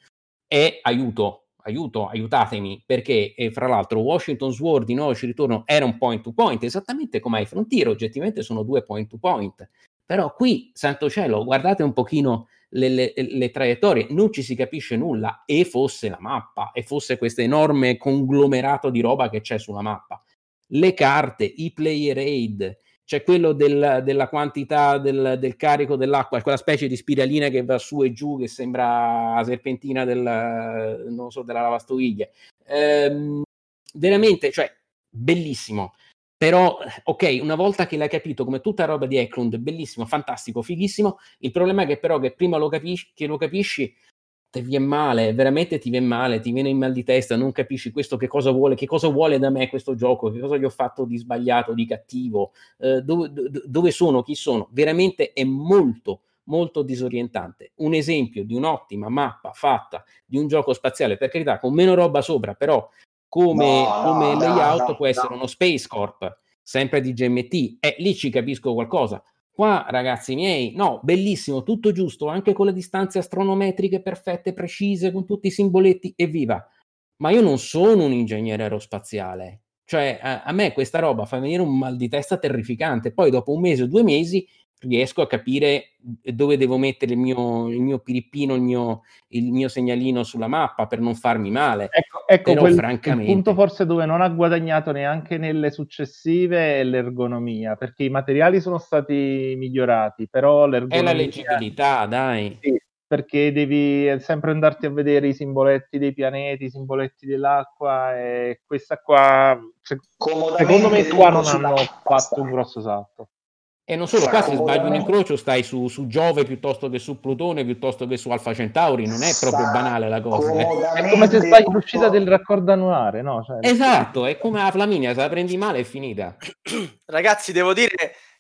è aiuto, aiuto, aiutatemi, perché eh, fra l'altro Washington Sword di nuovo ci ritorno, era un point to point, esattamente come ai Frontier, oggettivamente sono due point to point, però qui, santo cielo, guardate un pochino le, le, le traiettorie, non ci si capisce nulla, e fosse la mappa, e fosse questo enorme conglomerato di roba che c'è sulla mappa. Le carte, i player aid, c'è quello del, della quantità del, del carico dell'acqua, quella specie di spiralina che va su e giù, che sembra la serpentina del, non so, della lavastoviglie. Ehm, veramente, cioè, bellissimo. Però, ok, una volta che l'hai capito, come tutta roba di Eklund, bellissimo, fantastico, fighissimo, il problema è che però che prima lo capisci, che lo capisci, ti viene male, veramente ti viene male, ti viene in mal di testa, non capisci questo che cosa vuole, che cosa vuole da me questo gioco, che cosa gli ho fatto di sbagliato, di cattivo, eh, dove, dove sono, chi sono, veramente è molto, molto disorientante. Un esempio di un'ottima mappa fatta di un gioco spaziale, per carità, con meno roba sopra, però come, No, no, come no, layout no, può essere no. uno Space Corp, sempre di G M T, e eh, lì ci capisco qualcosa. Qua, ragazzi miei, no, bellissimo, tutto giusto, anche con le distanze astronometriche perfette, precise, con tutti i simboletti, evviva. Ma io non sono un ingegnere aerospaziale. Cioè, a, a me questa roba fa venire un mal di testa terrificante. Poi dopo un mese o due mesi riesco a capire dove devo mettere il mio, il mio pirippino, il mio, il mio segnalino sulla mappa per non farmi male. Ecco, ecco Però, quel, francamente, il punto forse dove non ha guadagnato neanche nelle successive è l'ergonomia, perché i materiali sono stati migliorati, però è la l'ergonomia... leggibilità, dai. Sì, perché devi sempre andarti a vedere i simboletti dei pianeti, i simboletti dell'acqua, e questa qua, se, secondo me qua non hanno fatto un grosso salto. E non solo, qua se sbagli un incrocio stai su, su Giove piuttosto che su Plutone, piuttosto che su Alfa Centauri, non è proprio banale la cosa. Eh. È come se sbagli l'uscita del raccordo anulare, no? Cioè, esatto, è come la Flaminia, se la prendi male è finita. Ragazzi, devo dire,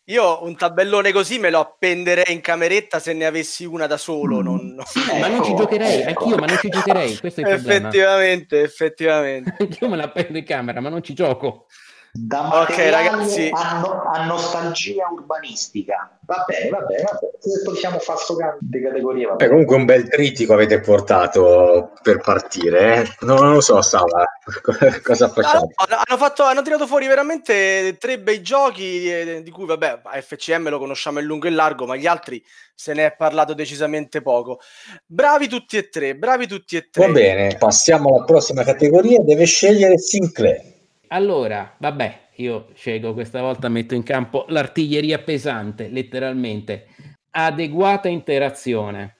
Io un tabellone così me lo appenderei in cameretta se ne avessi una da solo. Non, non... Sì, ma non ci giocherei, anch'io, ma non ci giocherei, questo è il problema. Effettivamente, effettivamente. Anch'io me la appendo in camera, ma non ci gioco. Da Ok, materiale ragazzi. a, no- a nostalgia urbanistica. Va bene, va bene, va bene. Se possiamo fare sto cambio di categoria, va Eh, bene. comunque un bel trittico avete portato per partire, eh? No, non lo so, Sava, cosa No, facciamo? no, hanno, fatto, hanno tirato fuori veramente tre bei giochi eh, di cui, vabbè, F C M lo conosciamo in lungo e in largo, ma gli altri se ne è parlato decisamente poco. Bravi tutti e tre, bravi tutti e tre. Va bene, passiamo alla prossima categoria, deve scegliere Sinclair. Allora, vabbè, io scelgo questa volta, metto in campo l'artiglieria pesante, letteralmente. Adeguata interazione.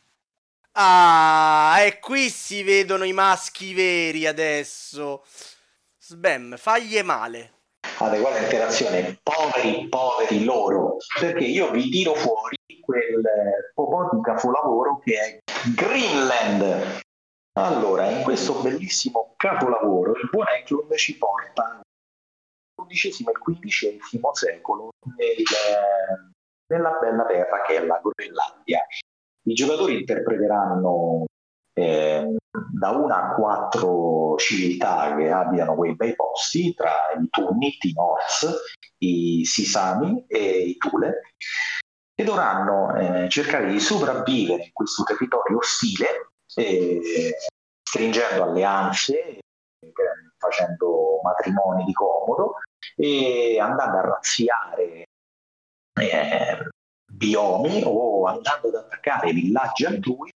Ah, e qui si vedono i maschi veri adesso. Sbam, fagli male. Adeguata interazione, poveri, poveri loro, perché io vi tiro fuori quel eh, po' di capolavoro che è Greenland. Allora, in questo bellissimo capolavoro il buon Eklund ci porta nell'undicesimo e quindicesimo secolo nel, nella bella terra che è la Groenlandia. I giocatori interpreteranno eh, da una a quattro civiltà che abitano quei bei posti, tra i Tunnit, i Norse, i Sisami e i Thule, e dovranno eh, cercare di sopravvivere in questo territorio ostile, eh, stringendo alleanze, eh, facendo matrimoni di comodo e andando a razziare eh, biomi o andando ad attaccare villaggi altrui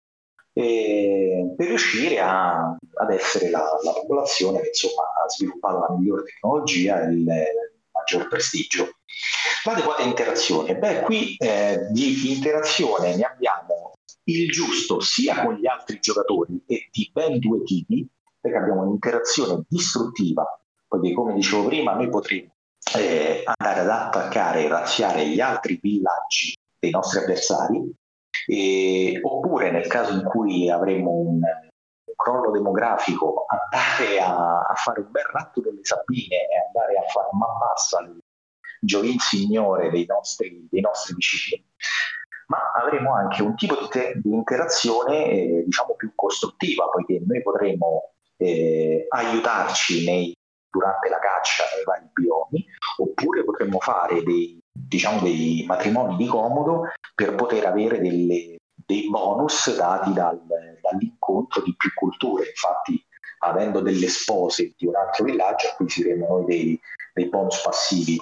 eh, per riuscire a, ad essere la, la popolazione che insomma ha sviluppato la migliore tecnologia e il, il maggior prestigio. L'adeguata interazione, beh qui eh, di interazione ne abbiamo il giusto sia con gli altri giocatori e di ben due tipi, perché abbiamo un'interazione distruttiva, poiché come dicevo prima noi potremmo eh, andare ad attaccare e razziare gli altri villaggi dei nostri avversari, eh, oppure nel caso in cui avremo un, un crollo demografico andare a, a fare un bel ratto delle Sabine e andare a fare man bassa il Giovin Signore dei nostri, dei nostri vicini, ma avremo anche un tipo di, te- di interazione eh, diciamo più costruttiva, poiché noi potremo eh, aiutarci nei, durante la caccia nei vari biomi, oppure potremmo fare dei, diciamo, dei matrimoni di comodo per poter avere delle, dei bonus dati dal, dall'incontro di più culture. Infatti, avendo delle spose di un altro villaggio, acquisiremo noi dei, dei bonus passivi.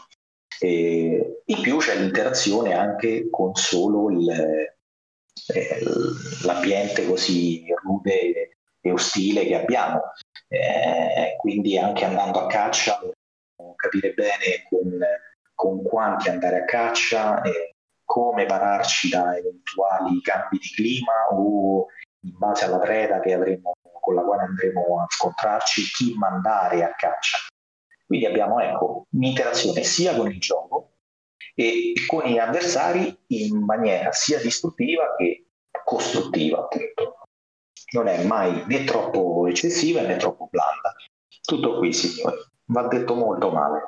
E in più c'è l'interazione anche con solo il, eh, l'ambiente così rude e ostile che abbiamo, eh, quindi anche andando a caccia dobbiamo capire bene con, con quanti andare a caccia, eh, come pararci da eventuali cambi di clima o in base alla preda che avremo, con la quale andremo a scontrarci, chi mandare a caccia. Quindi abbiamo ecco, un'interazione sia con il gioco e con gli avversari in maniera sia distruttiva che costruttiva, appunto. Non è mai né troppo eccessiva né troppo blanda. Tutto qui, signori. Va detto molto male.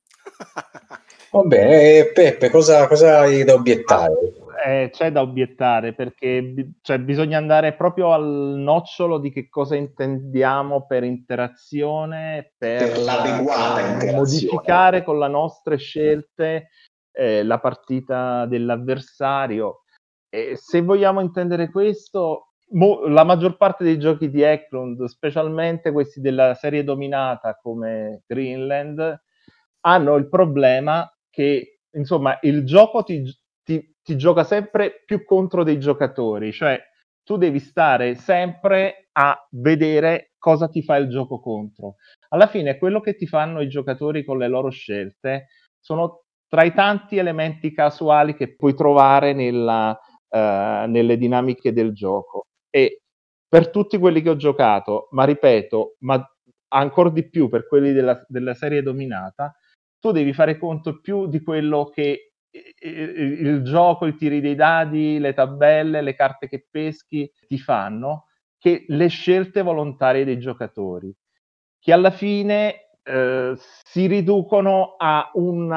Va bene, e Peppe, cosa, cosa hai da obiettare? Eh, c'è da obiettare perché bi- cioè, bisogna andare proprio al nocciolo di che cosa intendiamo per interazione, per, Per l'adeguata eh, interazione. modificare con le nostre scelte eh, la partita dell'avversario. E se vogliamo intendere questo, mo- la maggior parte dei giochi di Eklund, specialmente questi della serie dominata come Greenland, hanno il problema che insomma il gioco ti, ti, ti gioca sempre più contro dei giocatori, cioè tu devi stare sempre a vedere cosa ti fa il gioco contro. Alla fine quello che ti fanno i giocatori con le loro scelte sono tra i tanti elementi casuali che puoi trovare nella, uh, nelle dinamiche del gioco. E per tutti quelli che ho giocato, ma ripeto, ma ancora di più per quelli della, della serie dominata, tu devi fare conto più di quello che il, il gioco, i tiri dei dadi, le tabelle, le carte che peschi ti fanno, che le scelte volontarie dei giocatori, che alla fine eh, si riducono a una,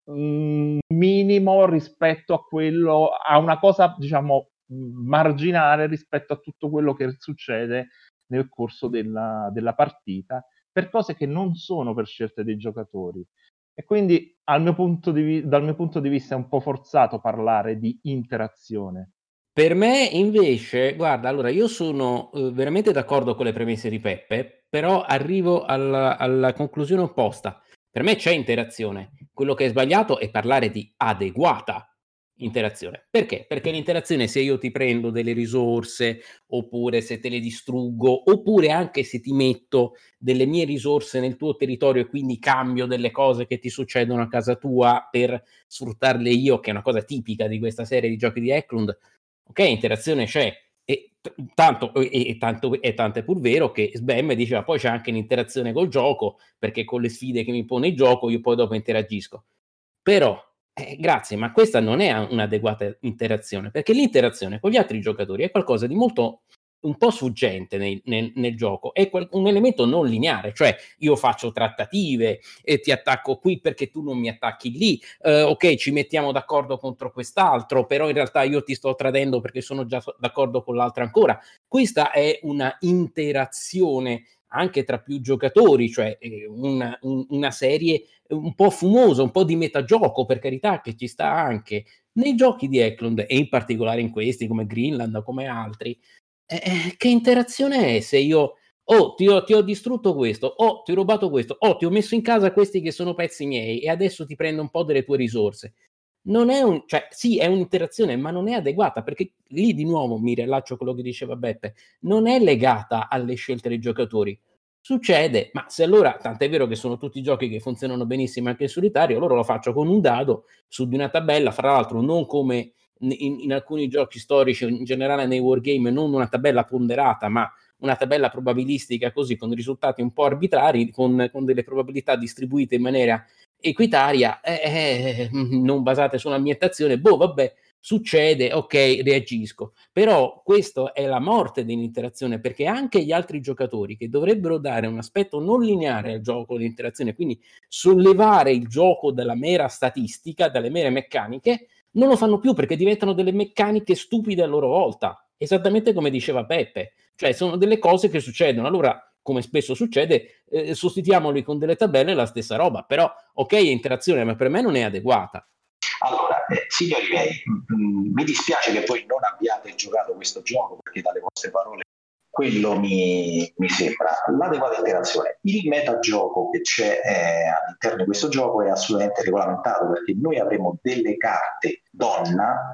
mh, minimo rispetto a quello, a una cosa diciamo marginale rispetto a tutto quello che succede nel corso della, della partita, per cose che non sono per scelte dei giocatori. E quindi al mio punto di vi- dal mio punto di vista è un po' forzato parlare di interazione. Per me invece, guarda, allora io sono eh, veramente d'accordo con le premesse di Peppe, però arrivo alla, alla conclusione opposta. Per me c'è interazione. Quello che è sbagliato è parlare di adeguata interazione. Perché? Perché l'interazione, se io ti prendo delle risorse, oppure se te le distruggo, oppure anche se ti metto delle mie risorse nel tuo territorio e quindi cambio delle cose che ti succedono a casa tua per sfruttarle io, che è una cosa tipica di questa serie di giochi di Eklund. Ok, interazione c'è, e t- tanto, e, e tanto e tanto è pur vero che Sbam diceva poi c'è anche l'interazione col gioco, perché con le sfide che mi pone il gioco io poi dopo interagisco. Però, eh, grazie, ma questa non è un'adeguata interazione, perché l'interazione con gli altri giocatori è qualcosa di molto un po' sfuggente nel, nel, nel gioco, è quel, un elemento non lineare, cioè io faccio trattative e ti attacco qui perché tu non mi attacchi lì, eh, ok, ci mettiamo d'accordo contro quest'altro, però in realtà io ti sto tradendo perché sono già d'accordo con l'altro ancora. Questa è una interazione anche tra più giocatori, cioè eh, una, un, una serie un po' fumosa, un po' di metagioco, per carità, che ci sta anche nei giochi di Eklund e in particolare in questi come Greenland o come altri. Eh, che interazione è se io oh ti ho, ti ho distrutto questo, oh ti ho rubato questo, oh ti ho messo in casa questi che sono pezzi miei e adesso ti prendo un po' delle tue risorse? Non è un, cioè sì, è un'interazione, ma non è adeguata, perché lì di nuovo mi riallaccio a quello che diceva Beppe, non è legata alle scelte dei giocatori. Succede, ma se allora, tant'è vero che sono tutti giochi che funzionano benissimo anche in solitario, allora lo faccio con un dado su di una tabella, fra l'altro non come in, in alcuni giochi storici, in generale nei wargame, non una tabella ponderata, ma una tabella probabilistica così, con risultati un po' arbitrari, con, con delle probabilità distribuite in maniera equitaria, eh, eh, non basate sull'ambientazione, boh, vabbè, succede, ok, reagisco. Però questa è la morte dell'interazione, perché anche gli altri giocatori che dovrebbero dare un aspetto non lineare al gioco di interazione, quindi sollevare il gioco dalla mera statistica, dalle mere meccaniche, non lo fanno più perché diventano delle meccaniche stupide a loro volta, esattamente come diceva Peppe, cioè sono delle cose che succedono. Allora, come spesso succede, eh, sostituiamoli con delle tabelle, la stessa roba, però ok, è interazione, ma per me non è adeguata. Allora, eh, signori miei, mh, mi dispiace che voi non abbiate giocato questo gioco, perché dalle vostre parole quello mi, mi sembra l'adeguata interazione. Il metagioco che c'è eh, all'interno di questo gioco è assolutamente regolamentato, perché noi avremo delle carte donna,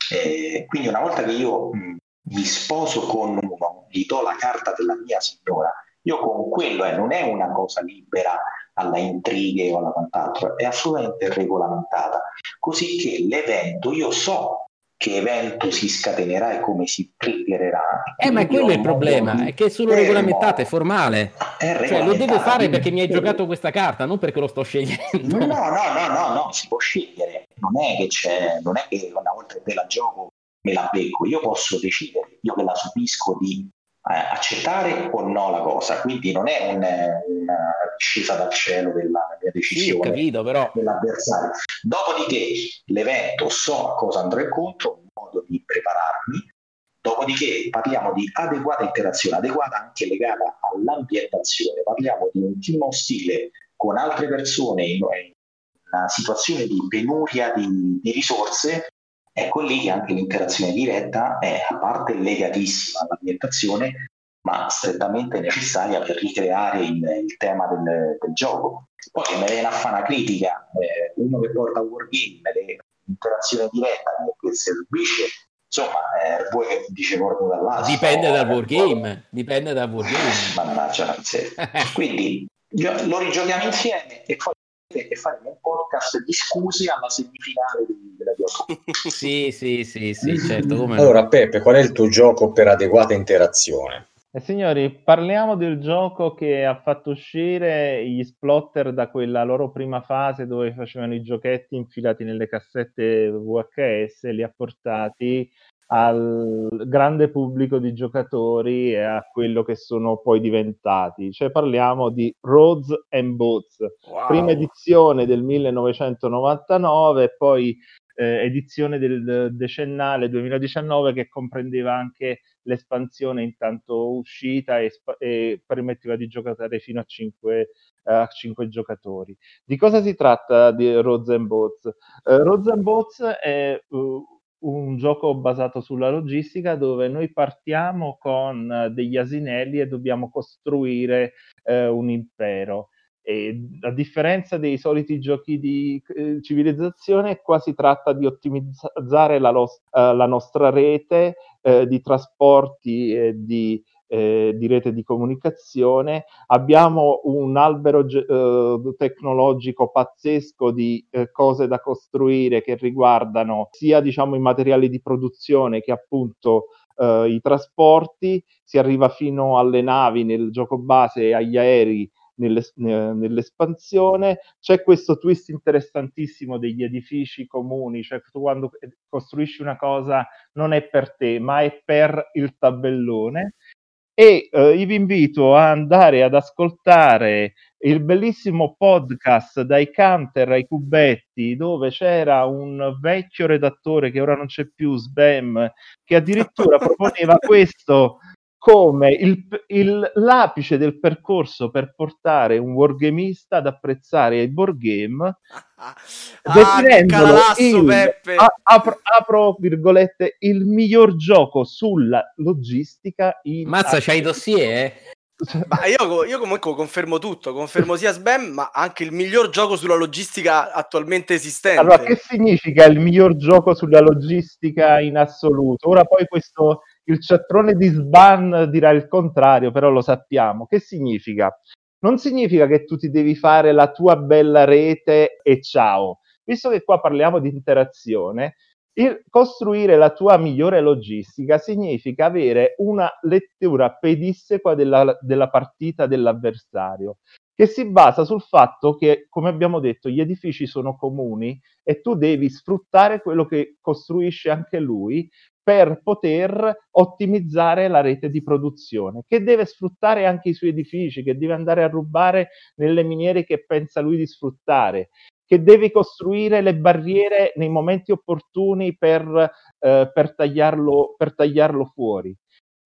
eh, quindi una volta che io mh, mi sposo con uno, gli do la carta della mia signora, io con quello eh, non è una cosa libera alla intrighe o alla quant'altro, è assolutamente regolamentata, così che l'evento, io so che evento si scatenerà e come si triggererà. Eh, ma è quello il problema, è che è solo regolamentato, è formale. È cioè, lo devo fare perché mi hai giocato questa carta, non perché lo sto scegliendo. No, no, no, no, no, si può scegliere. Non è che c'è, non è che una volta che te la gioco me la becco, io posso decidere, io che la subisco, di eh, accettare o no la cosa, quindi non è un, una discesa dal cielo della mia decisione, sì, capito, però. dell'avversario. Dopodiché l'evento, so a cosa andrò incontro, un modo di prepararmi. Dopodiché parliamo di adeguata interazione, adeguata anche legata all'ambientazione, parliamo di un team ostile con altre persone in una situazione di penuria di, di risorse. Ecco lì che anche l'interazione diretta è a parte legatissima all'ambientazione, ma strettamente necessaria per ricreare il, il tema del, del gioco. Poi che me viene a fare una critica, eh, uno che porta a wargame, l'interazione diretta che servisce, insomma, eh, voi che dice porto dall'altro. Dipende dal wargame, dipende dal wargame. Mannaggia, quindi lo rigiochiamo insieme e poi e faremo un podcast di scuse alla semifinale della gioco. Sì, sì, sì, sì, certo. Come allora, no. Peppe, qual è il tuo gioco per adeguata interazione? Eh, signori, parliamo del gioco che ha fatto uscire gli Splotter da quella loro prima fase dove facevano i giochetti infilati nelle cassette V H S, li ha portati al grande pubblico di giocatori e a quello che sono poi diventati. Cioè parliamo di Roads and Boats, Wow. prima edizione del millenovecentonovantanove, poi eh, edizione del decennale duemiladiciannove, che comprendeva anche l'espansione intanto uscita e, sp- e permetteva di giocare fino a cinque a cinque giocatori. Di cosa si tratta di Roads and Boats? Uh, Roads and Boats è uh, un gioco basato sulla logistica, dove noi partiamo con uh, degli asinelli e dobbiamo costruire uh, un impero. E a differenza dei soliti giochi di eh, civilizzazione, qua si tratta di ottimizzare la, lo- uh, la nostra rete eh, di trasporti e di, eh, di rete di comunicazione. Abbiamo un albero ge- eh, tecnologico pazzesco di eh, cose da costruire, che riguardano sia, diciamo, i materiali di produzione che appunto eh, i trasporti. Si arriva fino alle navi nel gioco base e agli aerei Nell'es- nell'espansione. C'è questo twist interessantissimo degli edifici comuni, cioè tu quando costruisci una cosa non è per te, ma è per il tabellone. E eh, io vi invito a andare ad ascoltare il bellissimo podcast Dai Canter ai Cubetti, dove c'era un vecchio redattore che ora non c'è più, Sbam, che addirittura proponeva questo come il, il, l'apice del percorso per portare un wargamista ad apprezzare il board game, Ah, definendolo Calalasso, il, Peppe. a, apro, apro virgolette, il miglior gioco sulla logistica in Mazza, c'hai i dossier? Ma io, io comunque confermo tutto, confermo sia Sbam, ma anche il miglior gioco sulla logistica attualmente esistente. Allora, che significa il miglior gioco sulla logistica in assoluto? Ora poi questo, il ciattrone di Sban dirà il contrario, però lo sappiamo. Che significa? Non significa che tu ti devi fare la tua bella rete e ciao. Visto che qua parliamo di interazione, il costruire la tua migliore logistica significa avere una lettura pedissequa della, della partita dell'avversario, che si basa sul fatto che, come abbiamo detto, gli edifici sono comuni e tu devi sfruttare quello che costruisce anche lui per poter ottimizzare la rete di produzione, che deve sfruttare anche i suoi edifici, che deve andare a rubare nelle miniere che pensa lui di sfruttare, che devi costruire le barriere nei momenti opportuni per, eh, per, tagliarlo, per tagliarlo fuori.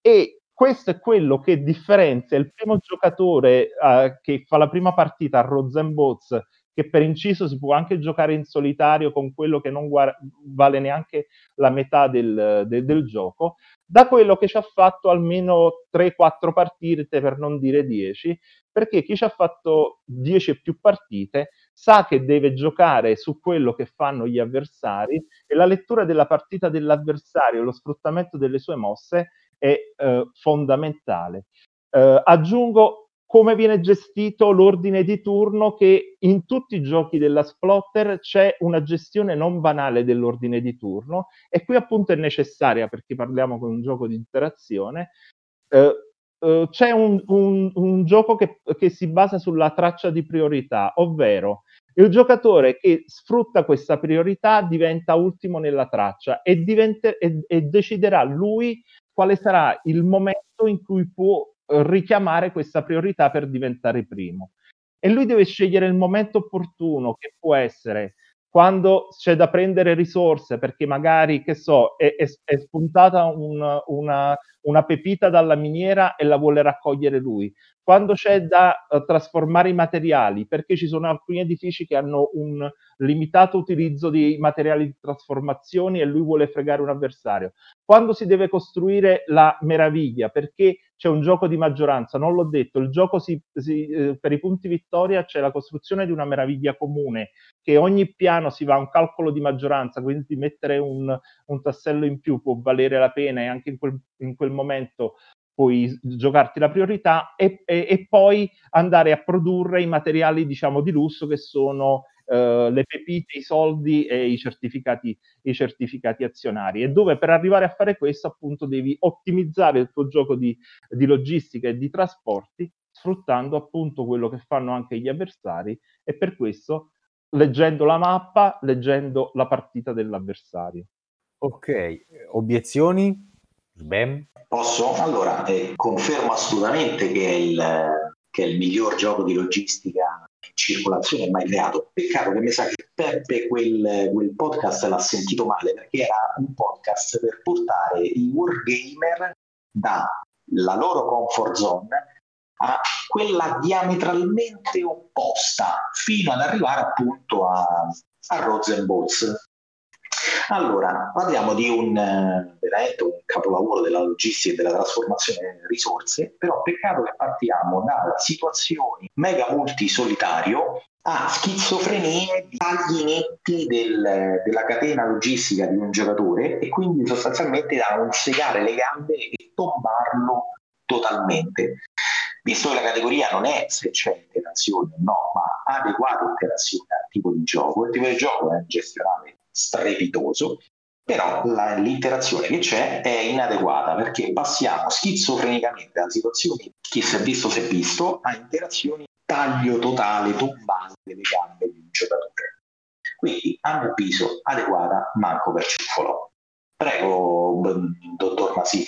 E questo è quello che differenzia il primo giocatore eh, che fa la prima partita a Roads and Boats, che per inciso si può anche giocare in solitario con quello che non guarda, vale neanche la metà del, del, del gioco, da quello che ci ha fatto almeno tre quattro partite, per non dire dieci, perché chi ci ha fatto dieci e più partite sa che deve giocare su quello che fanno gli avversari, e la lettura della partita dell'avversario, lo sfruttamento delle sue mosse è eh, fondamentale. Eh, aggiungo come viene gestito l'ordine di turno, che in tutti i giochi della Splotter c'è una gestione non banale dell'ordine di turno, e qui appunto è necessaria, perché parliamo con un gioco di interazione. Eh, eh, c'è un, un, un gioco che, che si basa sulla traccia di priorità, ovvero il giocatore che sfrutta questa priorità diventa ultimo nella traccia e, diventa, e, e deciderà lui quale sarà il momento in cui può richiamare questa priorità per diventare primo. E lui deve scegliere il momento opportuno, che può essere quando c'è da prendere risorse, perché magari, che so, è, è, è spuntata un, una, una pepita dalla miniera e la vuole raccogliere lui, quando c'è da uh, trasformare i materiali, perché ci sono alcuni edifici che hanno un limitato utilizzo di materiali di trasformazione e lui vuole fregare un avversario, quando si deve costruire la meraviglia, perché c'è un gioco di maggioranza, non l'ho detto, il gioco si, si, eh, per i punti vittoria c'è la costruzione di una meraviglia comune, che ogni piano si va a un calcolo di maggioranza, quindi mettere un, un tassello in più può valere la pena, e anche in quel, in quel momento puoi giocarti la priorità, e, e, e poi andare a produrre i materiali, diciamo, di lusso, che sono uh, le pepite, i soldi e i certificati, i certificati azionari, e dove per arrivare a fare questo appunto devi ottimizzare il tuo gioco di, di logistica e di trasporti, sfruttando appunto quello che fanno anche gli avversari, e per questo leggendo la mappa, leggendo la partita dell'avversario. Ok, obiezioni? Sbam? Posso? Allora, eh, confermo assolutamente che è, il, che è il miglior gioco di logistica in circolazione mai creato. Peccato che mi sa che Peppe quel, quel podcast l'ha sentito male, perché era un podcast per portare i wargamer dalla loro comfort zone a quella diametralmente opposta, fino ad arrivare appunto a, a Rosenbolz. Allora, parliamo di un, eh, veramente un capolavoro della logistica e della trasformazione delle risorse, però peccato che partiamo da situazioni mega multisolitario a schizofrenie di tagli netti del- della catena logistica di un giocatore, e quindi sostanzialmente da un segare le gambe e tombarlo totalmente. Visto che la categoria non è se c'è interazione o no, ma adeguata interazione al tipo di gioco, il tipo di gioco è gestionale strepitoso, però la, l'interazione che c'è è inadeguata, perché passiamo schizofrenicamente da situazioni chi si è visto si è visto a interazioni taglio totale, tombante delle gambe di un giocatore. Quindi, a mio avviso, adeguata, manco per ciuffolo. Prego, dottor Masini.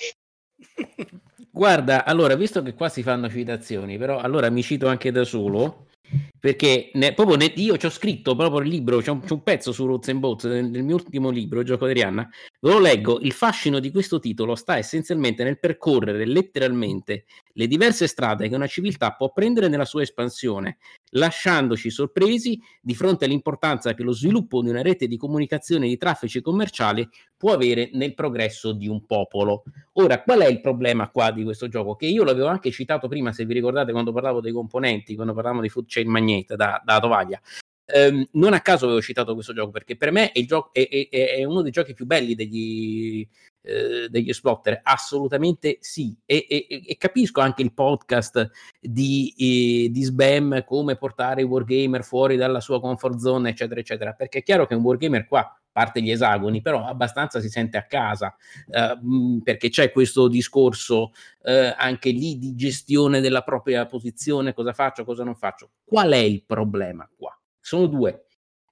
Guarda, allora, visto che qua si fanno citazioni, però allora mi cito anche da solo, perché ne, proprio ne, io ci ho scritto proprio il libro, c'è un, c'è un pezzo su Rosenbolz nel, nel mio ultimo libro, Gioco di Arianna, ve lo leggo. Il fascino di questo titolo sta essenzialmente nel percorrere letteralmente le diverse strade che una civiltà può prendere nella sua espansione, lasciandoci sorpresi di fronte all'importanza che lo sviluppo di una rete di comunicazione di traffici commerciali può avere nel progresso di un popolo. Ora, qual è il problema qua di questo gioco? Che io l'avevo anche citato prima, se vi ricordate, quando parlavo dei componenti, quando parlavamo di Food Chain Magnet da, da tovaglia. Um, non a caso avevo citato questo gioco, perché per me è, il gioco, è, è, è uno dei giochi più belli degli, eh, degli Splotter, assolutamente sì, e, e, e capisco anche il podcast di, eh, di Sbam, come portare i wargamer fuori dalla sua comfort zone, eccetera eccetera, perché è chiaro che un wargamer qua parte gli esagoni, però abbastanza si sente a casa, eh, perché c'è questo discorso eh, anche lì di gestione della propria posizione, cosa faccio, cosa non faccio. Qual è il problema qua? Sono due.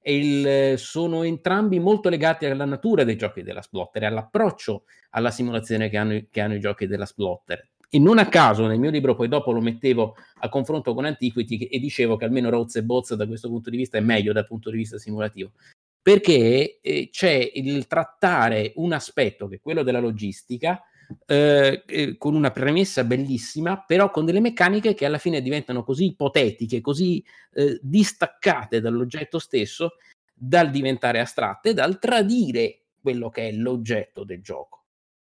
Il, sono entrambi molto legati alla natura dei giochi della Splotter e all'approccio alla simulazione che hanno, che hanno i giochi della Splotter. E non a caso nel mio libro poi dopo lo mettevo a confronto con Antiquity e dicevo che almeno Rosenbolz da questo punto di vista è meglio dal punto di vista simulativo, perché eh, c'è il trattare un aspetto che è quello della logistica eh, eh, con una premessa bellissima, però con delle meccaniche che alla fine diventano così ipotetiche, così eh, distaccate dall'oggetto stesso, dal diventare astratte, dal tradire quello che è l'oggetto del gioco.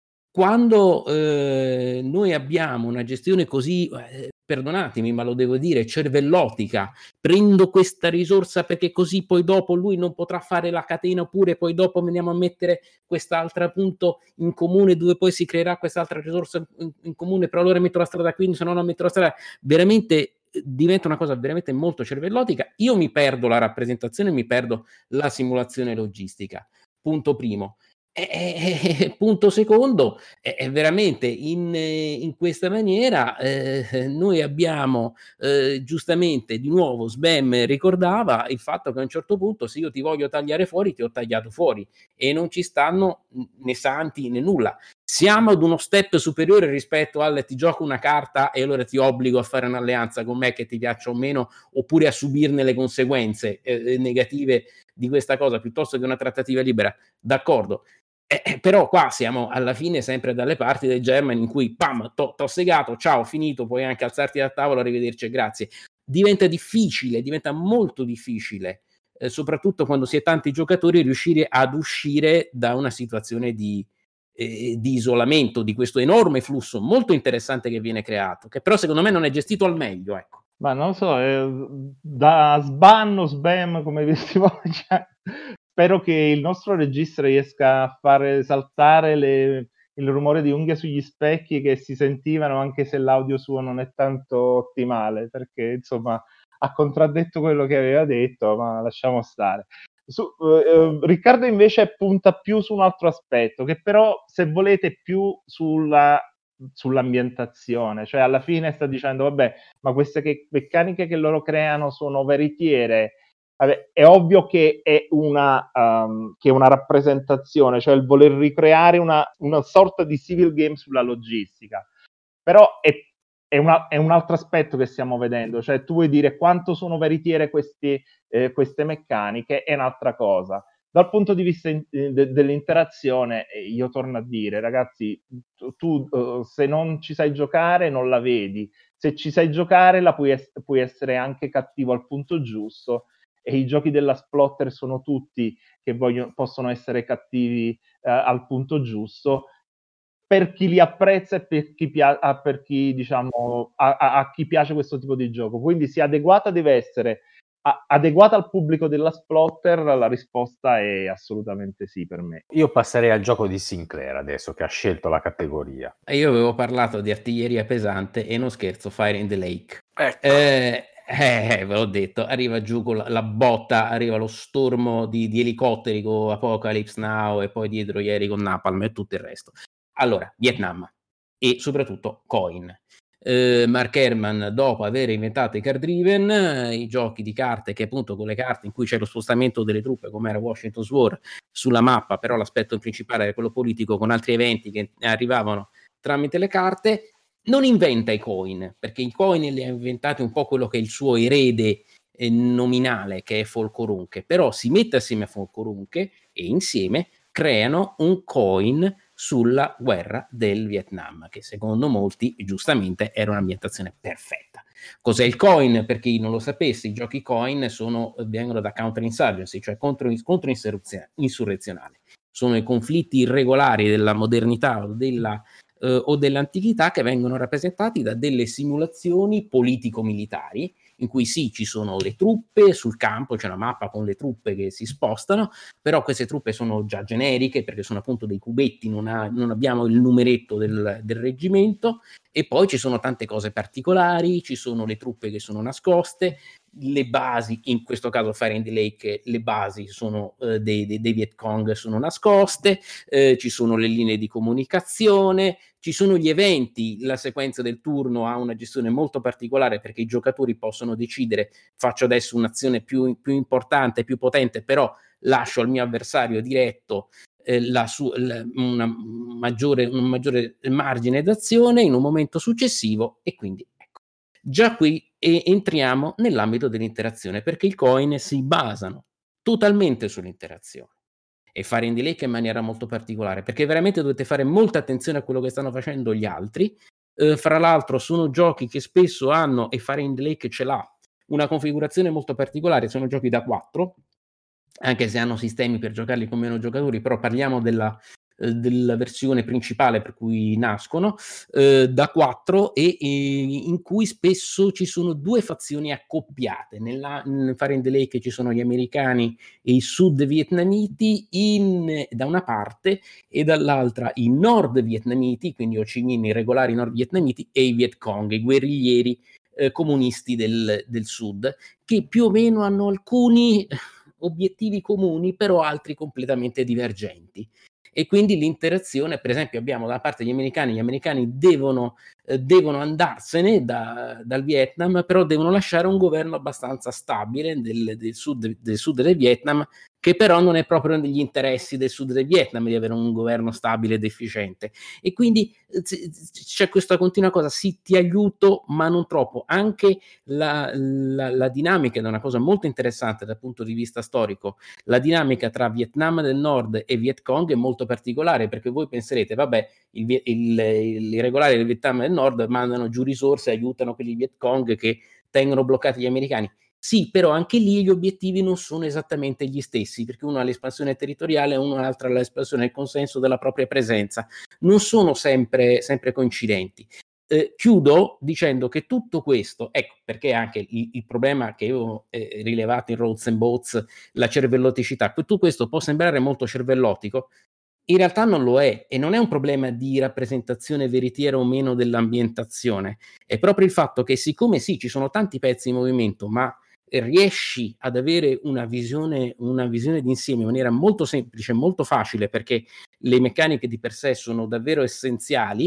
Quando eh, noi abbiamo una gestione così, eh, perdonatemi, ma lo devo dire, cervellotica, prendo questa risorsa perché così poi dopo lui non potrà fare la catena, oppure poi dopo andiamo a mettere quest'altro punto in comune dove poi si creerà quest'altra risorsa in, in comune, però allora metto la strada qui, se no non metto la strada, veramente diventa una cosa veramente molto cervellotica. Io mi perdo la rappresentazione, mi perdo la simulazione logistica, punto primo. E, e, punto secondo, è, è veramente in, in questa maniera eh, noi abbiamo eh, giustamente di nuovo Sbam ricordava il fatto che a un certo punto se io ti voglio tagliare fuori ti ho tagliato fuori e non ci stanno né santi né nulla. Siamo ad uno step superiore rispetto al ti gioco una carta e allora ti obbligo a fare un'alleanza con me che ti piaccia o meno, oppure a subirne le conseguenze eh, negative di questa cosa piuttosto che una trattativa libera, d'accordo. Eh, però qua siamo alla fine sempre dalle parti del German in cui pam, t'ho, t'ho segato, ciao, finito, puoi anche alzarti dal tavolo, arrivederci e grazie. Diventa difficile, diventa molto difficile, eh, soprattutto quando si è tanti giocatori, riuscire ad uscire da una situazione di, eh, di isolamento, di questo enorme flusso molto interessante che viene creato, che però secondo me non è gestito al meglio, ecco. Ma non so, eh, da sbanno, Sbam, come vi si voglia, spero che il nostro regista riesca a fare saltare le, il rumore di unghie sugli specchi che si sentivano, anche se l'audio suo non è tanto ottimale, perché insomma ha contraddetto quello che aveva detto, ma lasciamo stare. Su, eh, Riccardo invece punta più su un altro aspetto, che però, se volete, più sulla sull'ambientazione, cioè alla fine sta dicendo vabbè, ma queste che, meccaniche che loro creano sono veritiere, Vabbè, è ovvio che è una, um, che è una rappresentazione, cioè il voler ricreare una, una sorta di civil game sulla logistica, però è, è, una, è un altro aspetto che stiamo vedendo, cioè tu vuoi dire quanto sono veritiere questi, eh, queste meccaniche, è un'altra cosa. Dal punto di vista in, de, dell'interazione, io torno a dire, ragazzi, tu, tu uh, se non ci sai giocare non la vedi, se ci sai giocare la puoi, es- puoi essere anche cattivo al punto giusto, e i giochi della Splotter sono tutti che vogliono, possono essere cattivi uh, al punto giusto, per chi li apprezza e per chi, pia- a, per chi diciamo, a, a, a chi piace questo tipo di gioco. Quindi se adeguata deve essere adeguata al pubblico della Splotter, la risposta è assolutamente sì per me. Io passerei al gioco di Sinclair adesso, che ha scelto la categoria. Io avevo parlato di artiglieria pesante e non scherzo, Fire in the Lake. Ecco. Eh, eh, ve l'ho detto, arriva giù con la, la botta, arriva lo stormo di, di elicotteri con Apocalypse Now e poi dietro ieri con Napalm e tutto il resto. Allora, Vietnam e soprattutto Coin. Uh, Mark Herman, dopo aver inventato i card driven, uh, i giochi di carte che appunto con le carte in cui c'è lo spostamento delle truppe come era Washington's War sulla mappa, però l'aspetto principale era quello politico con altri eventi che arrivavano tramite le carte, non inventa i coin, perché i coin li ha inventati un po' quello che è il suo erede eh, nominale, che è Folcorunche, però si mette assieme a Folcorunche e insieme creano un coin sulla guerra del Vietnam, che secondo molti giustamente era un'ambientazione perfetta. Cos'è il coin? Per chi non lo sapesse, i giochi coin sono, vengono da counterinsurgency, cioè contro, contro insurrezionale. Sono i conflitti irregolari della modernità o, della, eh, o dell'antichità che vengono rappresentati da delle simulazioni politico-militari in cui sì, ci sono le truppe sul campo, c'è una mappa con le truppe che si spostano, però queste truppe sono già generiche perché sono appunto dei cubetti, non, ha, non abbiamo il numeretto del, del reggimento, e poi ci sono tante cose particolari, ci sono le truppe che sono nascoste, le basi, in questo caso Fire in the Lake, le basi sono eh, dei, dei, dei Viet Cong sono nascoste, eh, ci sono le linee di comunicazione, ci sono gli eventi, la sequenza del turno ha una gestione molto particolare perché i giocatori possono decidere, faccio adesso un'azione più, più importante, più potente, però lascio al mio avversario diretto eh, la su, la, una maggiore, un maggiore margine d'azione in un momento successivo, e quindi ecco, già qui e, entriamo nell'ambito dell'interazione, perché i coin si basano totalmente sull'interazione. E Fire in the Lake in maniera molto particolare, perché veramente dovete fare molta attenzione a quello che stanno facendo gli altri. Eh, fra l'altro sono giochi che spesso hanno, e Fire in the Lake ce l'ha, una configurazione molto particolare, sono giochi da quattro, anche se hanno sistemi per giocarli con meno giocatori, però parliamo della, eh, della versione principale per cui nascono, eh, da quattro, e, e in cui spesso ci sono due fazioni accoppiate. Nella, in Fire in the Lake ci sono gli americani e i sud vietnamiti in, da una parte, e dall'altra i nord vietnamiti, quindi Ho Chi Minh, i regolari nord vietnamiti, e i Viet Cong, i guerriglieri eh, comunisti del, del sud, che più o meno hanno alcuni obiettivi comuni, però altri completamente divergenti. E quindi l'interazione, per esempio, abbiamo da parte degli americani, gli americani devono, eh, devono andarsene da, dal Vietnam, però devono lasciare un governo abbastanza stabile del, del, sud, del sud del Vietnam, che però non è proprio negli interessi del sud del Vietnam di avere un governo stabile ed efficiente. E quindi eh, c'è questa continua cosa, sì, ti aiuto, ma non troppo. Anche la, la, la dinamica è una cosa molto interessante dal punto di vista storico. La dinamica tra Vietnam del Nord e Viet Cong è molto particolare, perché voi penserete, vabbè, il, il, il, i regolari del Vietnam del Nord mandano giù risorse, aiutano quelli Viet Cong che tengono bloccati gli americani. Sì, però anche lì gli obiettivi non sono esattamente gli stessi, perché uno ha l'espansione territoriale e uno l'altra ha l'espansione del consenso della propria presenza. Non sono sempre, sempre coincidenti. Eh, chiudo dicendo che tutto questo, ecco perché anche il, il problema che avevo eh, rilevato in Roads and Boats, la cervelloticità, tutto questo può sembrare molto cervellotico, in realtà non lo è, e non è un problema di rappresentazione veritiera o meno dell'ambientazione, è proprio il fatto che siccome sì, ci sono tanti pezzi in movimento, ma riesci ad avere una visione, una visione d'insieme in maniera molto semplice, molto facile, perché le meccaniche di per sé sono davvero essenziali.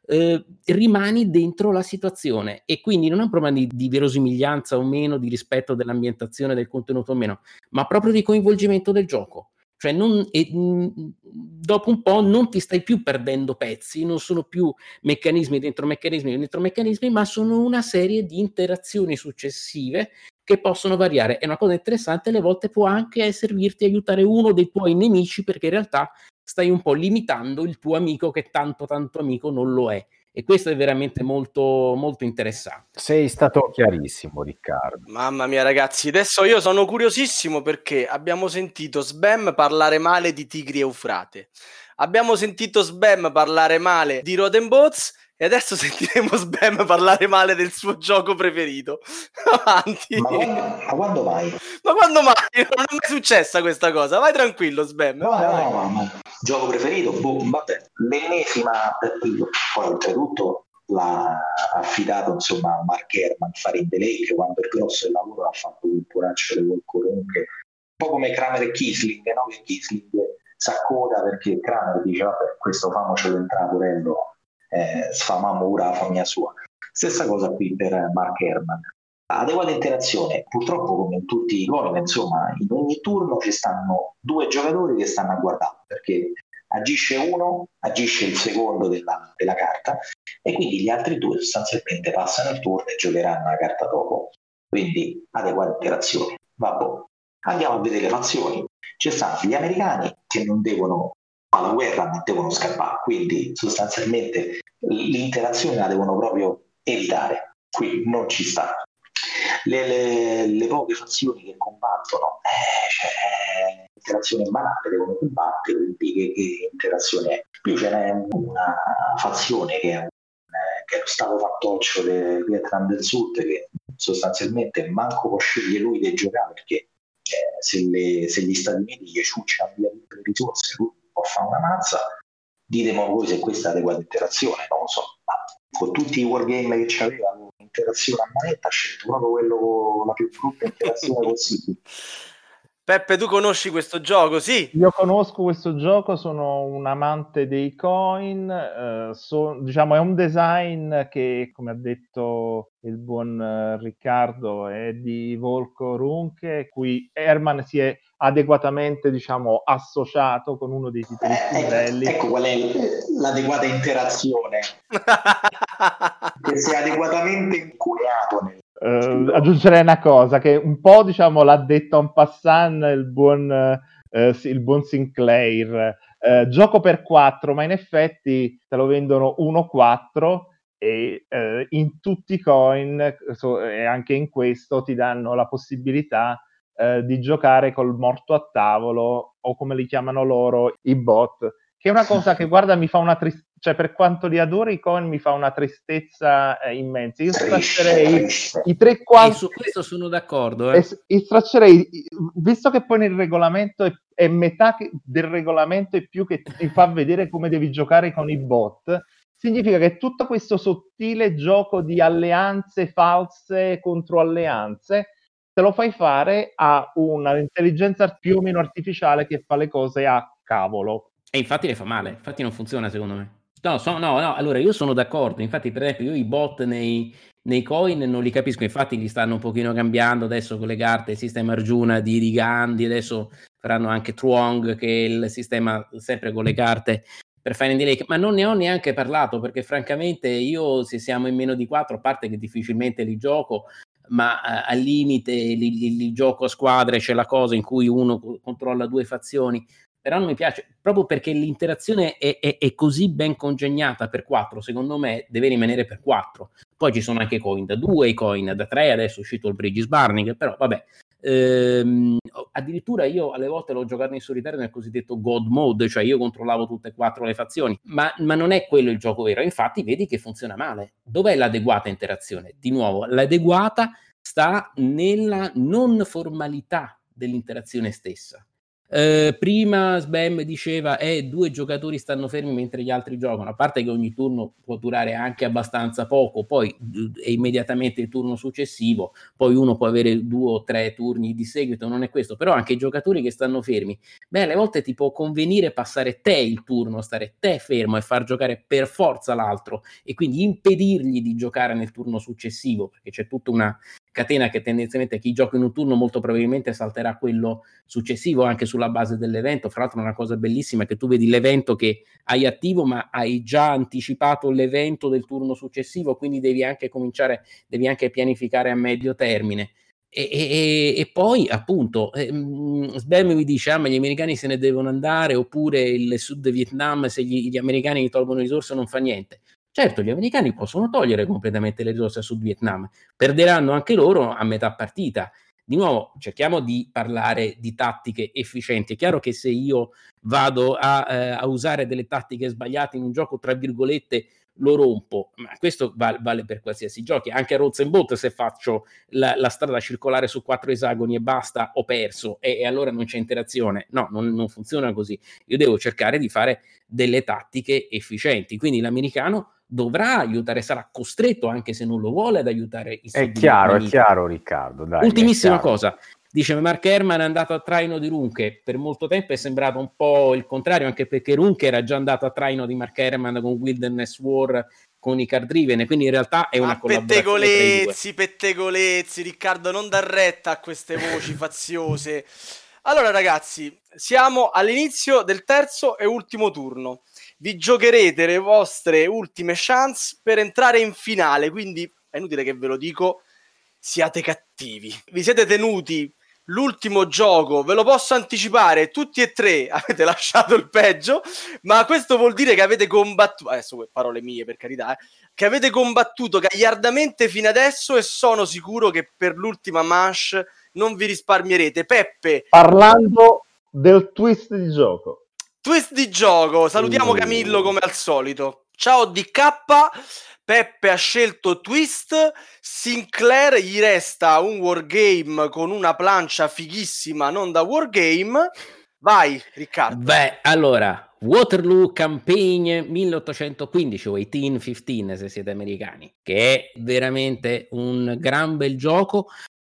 eh, rimani dentro la situazione, e quindi non è un problema di, di verosimiglianza o meno, di rispetto dell'ambientazione, del contenuto o meno, ma proprio di coinvolgimento del gioco. Cioè non, e, mh, dopo un po' non ti stai più perdendo pezzi, non sono più meccanismi dentro meccanismi dentro meccanismi, ma sono una serie di interazioni successive che possono variare. È una cosa interessante, alle volte può anche servirti a aiutare uno dei tuoi nemici, perché in realtà stai un po' limitando il tuo amico che tanto tanto amico non lo è, e questo è veramente molto molto interessante. Sei stato chiarissimo, Riccardo. Mamma mia ragazzi, adesso io sono curiosissimo perché abbiamo sentito Sbam parlare male di Tigri Eufrate, abbiamo sentito Sbam parlare male di Road and Boats e adesso sentiremo Sbam parlare male del suo gioco preferito. Avanti. Ma quando, ma quando mai? Ma quando mai? Non è mai successa questa cosa. Vai tranquillo Sbam. No, vai, no, vai. no, no, no. Gioco preferito? Boh, vabbè, l'ennesima, poi oltretutto l'ha affidato insomma a Mark Herman fare in Delay, quando il grosso del lavoro l'ha fatto un poraccio di Volcoronche, un po' come Kramer e Kisling, no? Che Kisling s'accoda perché Kramer dice vabbè, questo famocelo entrare purello, eh, sfamamo ora la famiglia sua. Stessa cosa qui per Mark Herman. Adeguata interazione, purtroppo come in tutti i gol, insomma, in ogni turno ci stanno due giocatori che stanno a guardare, perché agisce uno, agisce il secondo della, della carta, e quindi gli altri due sostanzialmente passano il turno e giocheranno la carta dopo. Quindi adeguata interazione. Vabbè, andiamo a vedere le fazioni. Ci stanno gli americani che non devono alla guerra, ma devono scappare, quindi sostanzialmente l'interazione la devono proprio evitare. Qui non ci sta. Le, le, le poche fazioni che combattono, eh, c'è interazione banale, devono combattere, quindi che, che interazione è? Più ce n'è una fazione che è, un, eh, che è lo stato fattoccio del Vietnam del Sud, che sostanzialmente manco può scegliere lui di giocare, perché eh, se, le, se gli Stati Uniti gli ciucciano via tutte le risorse, lui può fare una mazza. Ditemi voi se questa è adeguata interazione, non lo so, ma con tutti i wargame che c'avevano interazione a manetta ha scelto proprio quello con la più brutta interazione possibile. Peppe, tu conosci questo gioco? Sì. Io conosco questo gioco, sono un amante dei coin, eh, so, diciamo è un design che, come ha detto il buon eh, Riccardo, è di Volko Runke, cui Herman si è adeguatamente, diciamo, associato con uno dei titoli più eh, belli. Ecco qual è l'adeguata interazione. Che si è adeguatamente incuneato nel Uh, aggiungerei una cosa che un po', diciamo, l'ha detto en passant il buon, uh, il buon Sinclair, uh, gioco per quattro, ma in effetti te lo vendono uno quattro e uh, in tutti i coin so, e anche in questo ti danno la possibilità uh, di giocare col morto a tavolo, o come li chiamano loro i bot, che è una cosa che, guarda, mi fa una tristezza, cioè per quanto li adoro i coin mi fa una tristezza eh, immensa. Io straccerei i tre quarti, e su questo sono d'accordo, eh. e straccerei, visto che poi nel regolamento è, è metà che, del regolamento e più, che ti fa vedere come devi giocare con i bot, significa che tutto questo sottile gioco di alleanze false contro alleanze te lo fai fare a una intelligenza più o meno artificiale che fa le cose a cavolo. E infatti le fa male, infatti non funziona secondo me. No, so, no, no, allora io sono d'accordo, infatti per esempio io i bot nei, nei coin non li capisco, infatti li stanno un pochino cambiando adesso con le carte, il sistema Arjuna di, di Gandhi, adesso faranno anche Truong, che è il sistema sempre con le carte per fare in delay, ma non ne ho neanche parlato, perché francamente io, se siamo in meno di quattro, a parte che difficilmente li gioco, ma eh, al limite li, li, li gioco a squadre, c'è la cosa in cui uno controlla due fazioni, però non mi piace, proprio perché l'interazione è, è, è così ben congegnata per quattro, secondo me deve rimanere per quattro. Poi ci sono anche i coin da due, i coin da tre, adesso è uscito il Bridges Burning, però vabbè. Ehm, addirittura io alle volte l'ho giocato in solitario nel cosiddetto God Mode, cioè io controllavo tutte e quattro le fazioni, ma, ma non è quello il gioco vero, infatti vedi che funziona male. Dov'è l'adeguata interazione? Di nuovo, l'adeguata sta nella non formalità dell'interazione stessa. Eh, prima Sbam diceva eh, due giocatori stanno fermi mentre gli altri giocano, a parte che ogni turno può durare anche abbastanza poco, poi è immediatamente il turno successivo, poi uno può avere due o tre turni di seguito, non è questo, però anche i giocatori che stanno fermi, beh, alle volte ti può convenire passare te il turno, stare te fermo e far giocare per forza l'altro e quindi impedirgli di giocare nel turno successivo, perché c'è tutta una catena che tendenzialmente chi gioca in un turno molto probabilmente salterà quello successivo anche sulla base dell'evento. Fra l'altro una cosa bellissima è che tu vedi l'evento che hai attivo ma hai già anticipato l'evento del turno successivo, quindi devi anche cominciare, devi anche pianificare a medio termine. E, e, e poi appunto ehm, Sbam mi dice ah ma gli americani se ne devono andare, oppure il Sud Vietnam se gli, gli americani gli tolgono risorse non fa niente. Certo, gli americani possono togliere completamente le risorse a Sud Vietnam, perderanno anche loro a metà partita. Di nuovo, cerchiamo di parlare di tattiche efficienti. È chiaro che se io vado a, eh, a usare delle tattiche sbagliate in un gioco, tra virgolette, lo rompo, ma questo vale, vale per qualsiasi gioco. Anche a Roads and Boat, se faccio la, la strada circolare su quattro esagoni e basta, ho perso e, e allora non c'è interazione. No, non, non funziona così. Io devo cercare di fare delle tattiche efficienti. Quindi l'americano dovrà aiutare, sarà costretto, anche se non lo vuole, ad aiutare i È chiaro, è chiaro, Riccardo. Dai, ultimissima cosa, dice Mark Herman è andato a traino di Runke, per molto tempo è sembrato un po' il contrario, anche perché Runke era già andato a traino di Mark Herman con Wilderness War, con i Card Driven, quindi in realtà è una ah, collaborazione pettegolezzi, pettegolezzi, Riccardo, non dar retta a queste voci faziose. Allora ragazzi, siamo all'inizio del terzo e ultimo turno. Vi giocherete le vostre ultime chance per entrare in finale, quindi è inutile che ve lo dico, siate cattivi. Vi siete tenuti l'ultimo gioco, ve lo posso anticipare, tutti e tre avete lasciato il peggio, ma questo vuol dire che avete combattuto, adesso parole mie per carità, eh, che avete combattuto gagliardamente fino adesso e sono sicuro che per l'ultima manche non vi risparmierete. Peppe, parlando del twist di gioco. Twist di gioco, salutiamo Camillo come al solito. Ciao D K, Peppe ha scelto twist, Sinclair gli resta un wargame con una plancia fighissima non da wargame. Vai Riccardo. Beh, allora, Waterloo Campaign milleottocentoquindici o milleottocentoquindici se siete americani, che è veramente un gran bel gioco.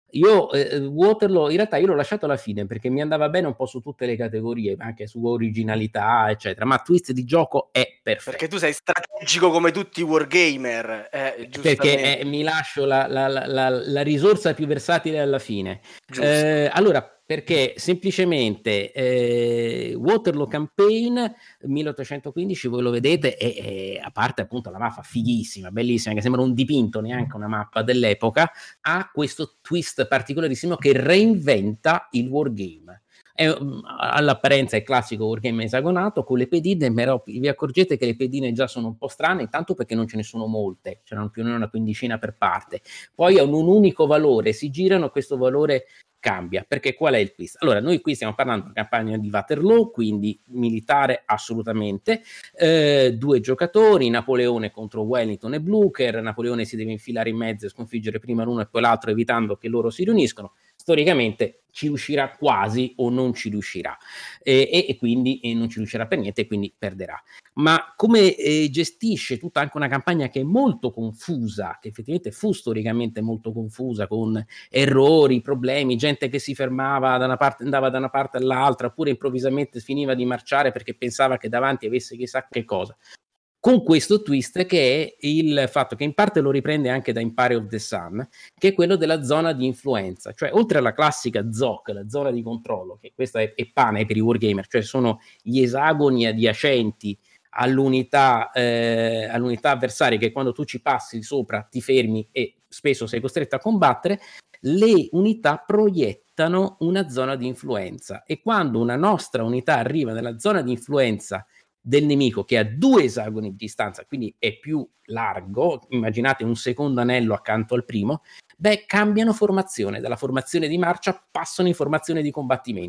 Io eh, Waterloo in realtà io l'ho lasciato alla fine perché mi andava bene un po' su tutte le categorie, anche su originalità eccetera, ma twist di gioco è perfetto perché tu sei strategico come tutti i wargamer, eh, perché eh, mi lascio la, la, la, la, la risorsa più versatile alla fine. Eh, allora perché semplicemente eh, Waterloo Campaign milleottocentoquindici, voi lo vedete, e, e a parte appunto la mappa fighissima, bellissima, che sembra un dipinto, neanche una mappa dell'epoca, ha questo twist particolarissimo che reinventa il wargame. È, all'apparenza è classico wargame esagonato con le pedine, però vi accorgete che le pedine già sono un po' strane, intanto perché non ce ne sono molte, c'erano più o meno una quindicina per parte, poi hanno un unico valore, si girano, questo valore cambia, perché qual è il twist? Allora, noi qui stiamo parlando di campagna di Waterloo, quindi militare assolutamente, eh, due giocatori, Napoleone contro Wellington e Blucher, Napoleone si deve infilare in mezzo e sconfiggere prima l'uno e poi l'altro evitando che loro si riuniscono, storicamente ci riuscirà quasi o non ci riuscirà e, e, e quindi e non ci riuscirà per niente e quindi perderà. Ma come eh, gestisce tutta anche una campagna che è molto confusa, che effettivamente fu storicamente molto confusa, con errori, problemi, gente che si fermava da una parte, andava da una parte all'altra, oppure improvvisamente finiva di marciare perché pensava che davanti avesse chissà che cosa. Con questo twist che è il fatto che in parte lo riprende anche da Empire of the Sun, che è quello della zona di influenza, cioè oltre alla classica Z O C, la zona di controllo, che questa è, è pane per i wargamer, cioè sono gli esagoni adiacenti all'unità, eh, all'unità avversaria che quando tu ci passi sopra ti fermi e spesso sei costretto a combattere, le unità proiettano una zona di influenza e quando una nostra unità arriva nella zona di influenza del nemico che ha due esagoni di distanza, quindi è più largo, immaginate un secondo anello accanto al primo, beh, cambiano formazione, dalla formazione di marcia passano in formazione di combattimento.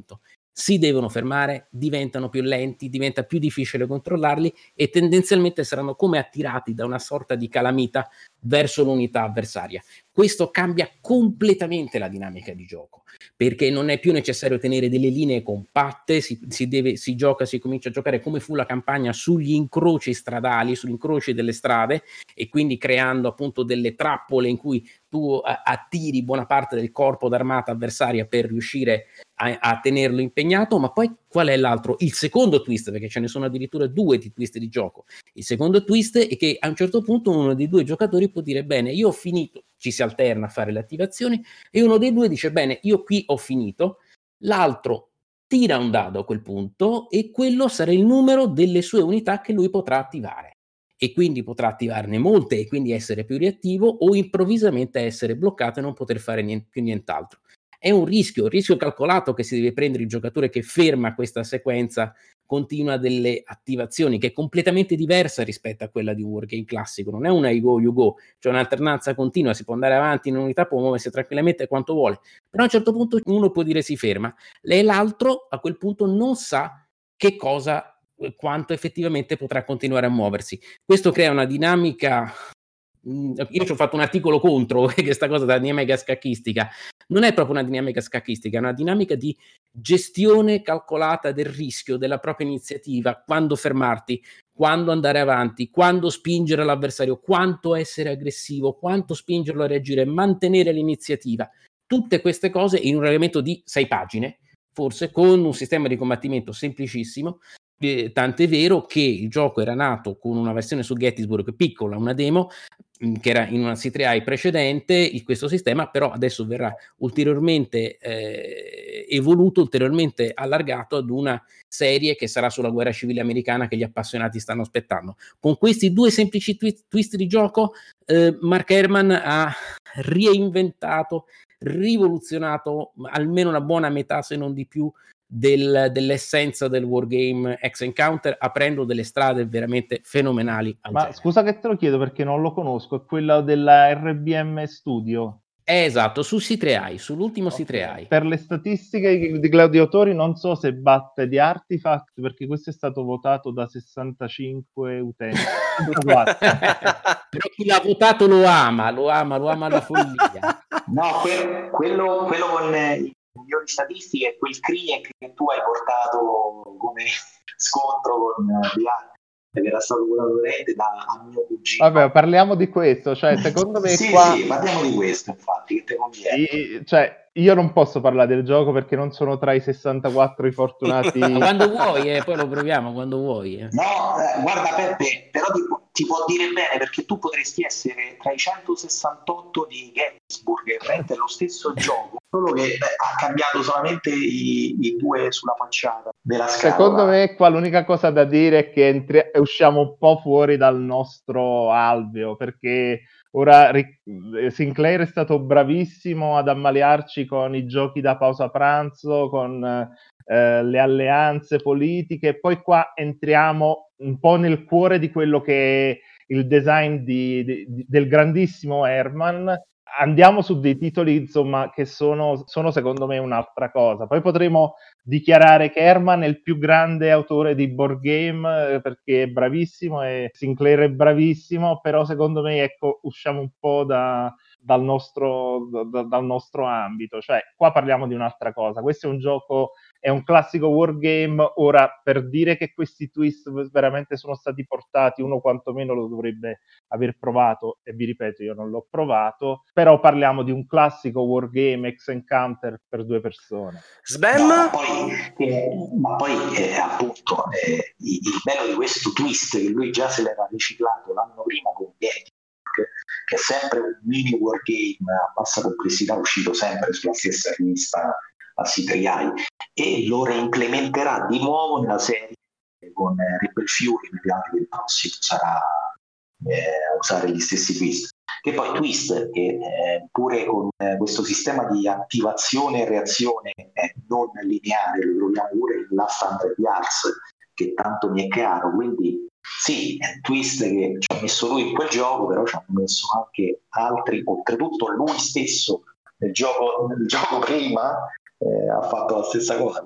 si devono fermare, diventano più lenti, diventa più difficile controllarli e tendenzialmente saranno come attirati da una sorta di calamita verso l'unità avversaria. Questo cambia completamente la dinamica di gioco, perché non è più necessario tenere delle linee compatte, si, si, deve, si gioca, si comincia a giocare come fu la campagna sugli incroci stradali, sugli incroci delle strade, e quindi creando appunto delle trappole in cui tu a, attiri buona parte del corpo d'armata avversaria per riuscire a, a tenerlo impegnato. Ma poi qual è l'altro? Il secondo twist, perché ce ne sono addirittura due di twist di gioco. Il secondo twist è che a un certo punto uno dei due giocatori può dire: bene, io ho finito, ci si alterna a fare le attivazioni, e uno dei due dice: bene, io qui ho finito. L'altro tira un dado a quel punto e quello sarà il numero delle sue unità che lui potrà attivare, e quindi potrà attivarne molte e quindi essere più reattivo, o improvvisamente essere bloccato e non poter fare niente, più nient'altro. È un rischio, un rischio calcolato che si deve prendere il giocatore che ferma questa sequenza continua delle attivazioni, che è completamente diversa rispetto a quella di un wargame classico. Non è una I go, you go, cioè un'alternanza continua, si può andare avanti in unità, può muoversi tranquillamente quanto vuole, però a un certo punto uno può dire si ferma, e l'altro a quel punto non sa che cosa, quanto effettivamente potrà continuare a muoversi. Questo crea una dinamica. Io ci ho fatto un articolo contro questa cosa della dinamica scacchistica. Non è proprio una dinamica scacchistica, è una dinamica di gestione calcolata del rischio della propria iniziativa, quando fermarti, quando andare avanti, quando spingere l'avversario, quanto essere aggressivo, quanto spingerlo a reagire, mantenere l'iniziativa. Tutte queste cose in un regolamento di sei pagine, forse, con un sistema di combattimento semplicissimo. Eh, tant'è vero che il gioco era nato con una versione su Gettysburg piccola, una demo, mh, che era in una C tre I precedente, in questo sistema, però adesso verrà ulteriormente eh, evoluto, ulteriormente allargato ad una serie che sarà sulla guerra civile americana, che gli appassionati stanno aspettando. Con questi due semplici twist, twist di gioco, eh, Mark Herman ha reinventato, rivoluzionato almeno una buona metà, se non di più, Del, dell'essenza del wargame X Encounter, aprendo delle strade veramente fenomenali. Ma genere. Scusa che te lo chiedo perché non lo conosco, è quella della R B M Studio. È esatto, su C tre I, sull'ultimo okay. C tre I. Per le statistiche di gladiatori non so se batte di Artifact, perché questo è stato votato da sessantacinque utenti. Però chi l'ha votato lo ama, lo ama, lo ama alla follia. No, que- quello, quello con i migliori statistiche è quel Krieg che tu hai portato come scontro con di che era stato votato veramente da a mio cugino. Vabbè, parliamo di questo, cioè secondo me sì, qua... sì, parliamo di questo, infatti, che te conviene. I, cioè, io non posso parlare del gioco perché non sono tra i sessantaquattro i fortunati. Quando vuoi, eh, poi lo proviamo quando vuoi. Eh. No, eh, guarda Peppe, però ti, ti può dire bene, perché tu potresti essere tra i centosessantotto di Gettysburg, che è lo stesso gioco, solo che beh, ha cambiato solamente i, i due sulla facciata della scala. Secondo me qua l'unica cosa da dire è che entri- usciamo un po' fuori dal nostro alveo, perché ora Sinclair è stato bravissimo ad ammaliarci con i giochi da pausa pranzo, con eh, le alleanze politiche, poi qua entriamo un po' nel cuore di quello che è il design di, di, del grandissimo Herman. Andiamo su dei titoli, insomma, che sono, sono secondo me un'altra cosa. Poi potremo dichiarare che Herman è il più grande autore di board game, eh, perché è bravissimo, e Sinclair è bravissimo, però secondo me, ecco, usciamo un po' da, dal, nostro, da, dal nostro ambito. Cioè, qua parliamo di un'altra cosa. Questo è un gioco, è un classico wargame. Ora, per dire che questi twist veramente sono stati portati, uno quantomeno lo dovrebbe aver provato, e vi ripeto, io non l'ho provato, però parliamo di un classico wargame X Encounter per due persone. Sbam? No, ma poi, eh, ma poi eh, appunto eh, il, il bello di questo twist che lui già se l'era riciclato l'anno prima con Gettysburg, che è sempre un mini wargame a bassa complessità, uscito sempre sulla stessa rivista a C tre I, e lo reimplementerà di nuovo nella serie con eh, Rebel Fury, vediamo che il prossimo sarà eh, usare gli stessi twist, che poi twist che eh, pure con eh, questo sistema di attivazione e reazione eh, non lineare lo troviamo pure in Last Hundred Yards, che tanto mi è caro, quindi sì, è un twist che ci ha messo lui in quel gioco, però ci hanno messo anche altri, oltretutto lui stesso nel gioco, nel gioco prima eh, ha fatto la stessa cosa.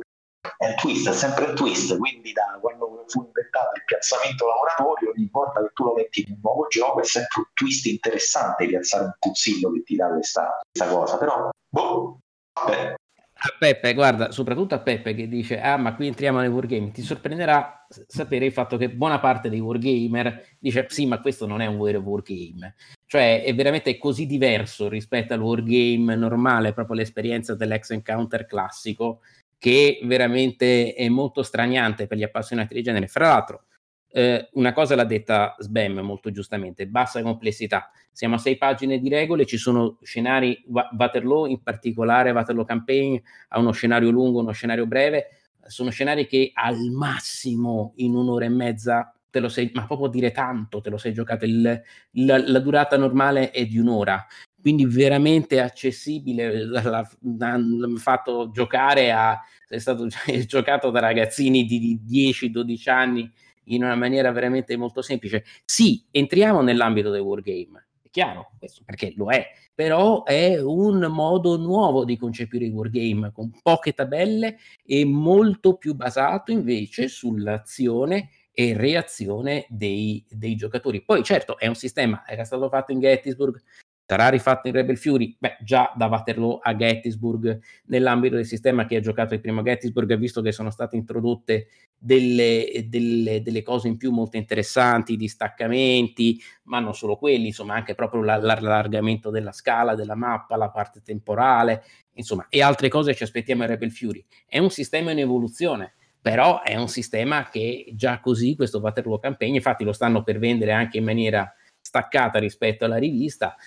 è un twist, è sempre un twist, quindi da quando fu inventato il piazzamento lavoratorio, non importa che tu lo metti in un nuovo gioco, è sempre un twist interessante piazzare un puzzillo che ti dà questa, questa cosa, però boh, vabbè. A Peppe, guarda, soprattutto a Peppe che dice ah ma qui entriamo nei wargame, ti sorprenderà sapere il fatto che buona parte dei wargamer dice sì ma questo non è un vero wargame, cioè è veramente così diverso rispetto al wargame normale, proprio l'esperienza dell'ex encounter classico, che veramente è molto straniante per gli appassionati di genere. Fra l'altro eh, una cosa l'ha detta Sbam molto giustamente, bassa complessità. Siamo a sei pagine di regole, ci sono scenari, Waterloo in particolare, Waterloo Campaign ha uno scenario lungo, uno scenario breve, sono scenari che al massimo in un'ora e mezza te lo sei, ma proprio dire tanto, te lo sei giocato, il, la, la durata normale è di un'ora, quindi veramente accessibile, l'hanno fatto giocare a, è stato giocato da ragazzini di dieci dodici anni in una maniera veramente molto semplice. Sì, entriamo nell'ambito del wargame, chiaro, questo perché lo è, però è un modo nuovo di concepire i wargame con poche tabelle e molto più basato invece sull'azione e reazione dei, dei giocatori. Poi certo è un sistema, era stato fatto in Gettysburg, sarà rifatto in Rebel Fury, beh già da Waterloo a Gettysburg, nell'ambito del sistema che ha giocato il primo Gettysburg ha visto che sono state introdotte delle, delle, delle cose in più molto interessanti, distaccamenti, ma non solo quelli, insomma anche proprio la, l'allargamento della scala della mappa, la parte temporale, insomma, e altre cose ci aspettiamo in Rebel Fury. È un sistema in evoluzione, però è un sistema che già così, questo Waterloo Campaign, infatti lo stanno per vendere anche in maniera staccata rispetto alla rivista,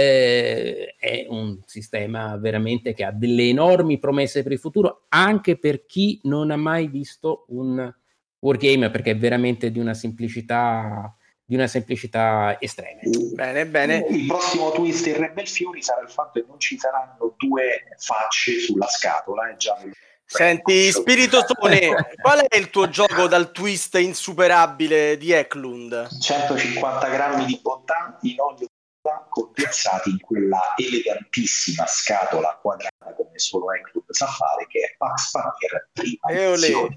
eh, è un sistema veramente che ha delle enormi promesse per il futuro, anche per chi non ha mai visto un wargame, perché è veramente di una semplicità di una semplicità estrema. Bene, bene. Il prossimo twist in Rebel Fury sarà il fatto che non ci saranno due facce sulla scatola, è già. Senti, Spirito Tone, qual è il tuo gioco dal twist insuperabile di Eklund? centocinquanta grammi di bontà in olio condensati in quella elegantissima scatola quadrata come solo Eklund sa fare, che è Pax Pamir prima edizione.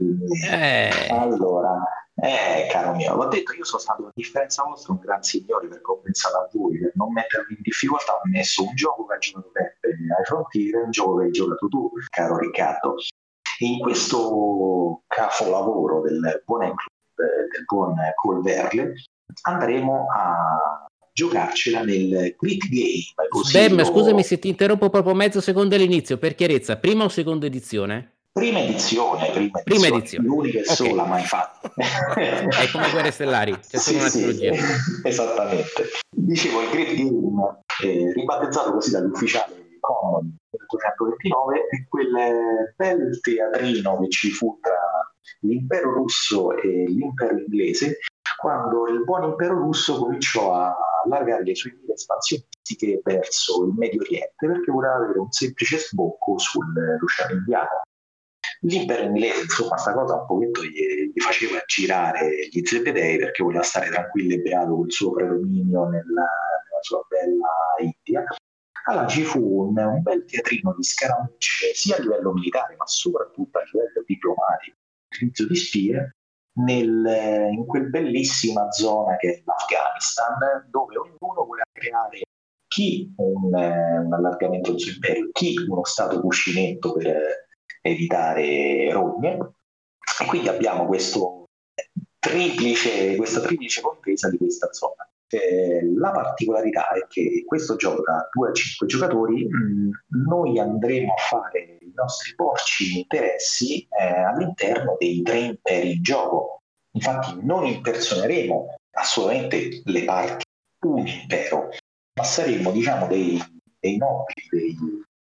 Eh. Allora, eh, caro mio, l'ho detto, io sono stato a differenza vostra un gran signore perché ho pensato a voi, per non mettervi in difficoltà ho messo un gioco che ha giocato Peppe ai Frontier, un gioco che hai giocato tu, caro Riccardo. E in questo capolavoro del buon Eklund, del buon Colverle, andremo a giocarcela nel Crit Game. Bem, io... scusami se ti interrompo proprio mezzo secondo all'inizio, per chiarezza, prima o seconda edizione? Prima edizione, prima edizione, prima edizione. L'unica e okay. sola mai fatta. È come Guerre Stellari, c'è sì, una sì, trilogia. Esattamente. Dicevo, il Great Game, eh, ribattezzato così dall'ufficiale Common milleduecentoventinove, è quel bel teatrino che ci fu tra l'impero russo e l'impero inglese, quando il buon impero russo cominciò a allargare le sue mire espansionistiche verso il Medio Oriente perché voleva avere un semplice sbocco sull'Oceano Indiano. L'impero inglese, insomma, sta cosa un pochetto gli, gli faceva girare gli zebedei perché voleva stare tranquillo e beato col suo predominio nella, nella sua bella India. Allora ci fu un, un bel teatrino di scaramucce sia a livello militare ma soprattutto a livello diplomatico, utilizzo di spie, nel, in quel bellissima zona che è l'Afghanistan, dove ognuno voleva creare chi un, un allargamento del suo impero, chi uno stato cuscinetto per evitare rogne, e quindi abbiamo questo triplice, questa triplice contesa di questa zona. Eh, la particolarità è che questo gioco da due a cinque giocatori mh, noi andremo a fare i nostri porci interessi eh, all'interno dei tre imperi in gioco. Infatti non impersoneremo assolutamente le parti un impero, ma saremo, diciamo, dei, dei nobili, dei,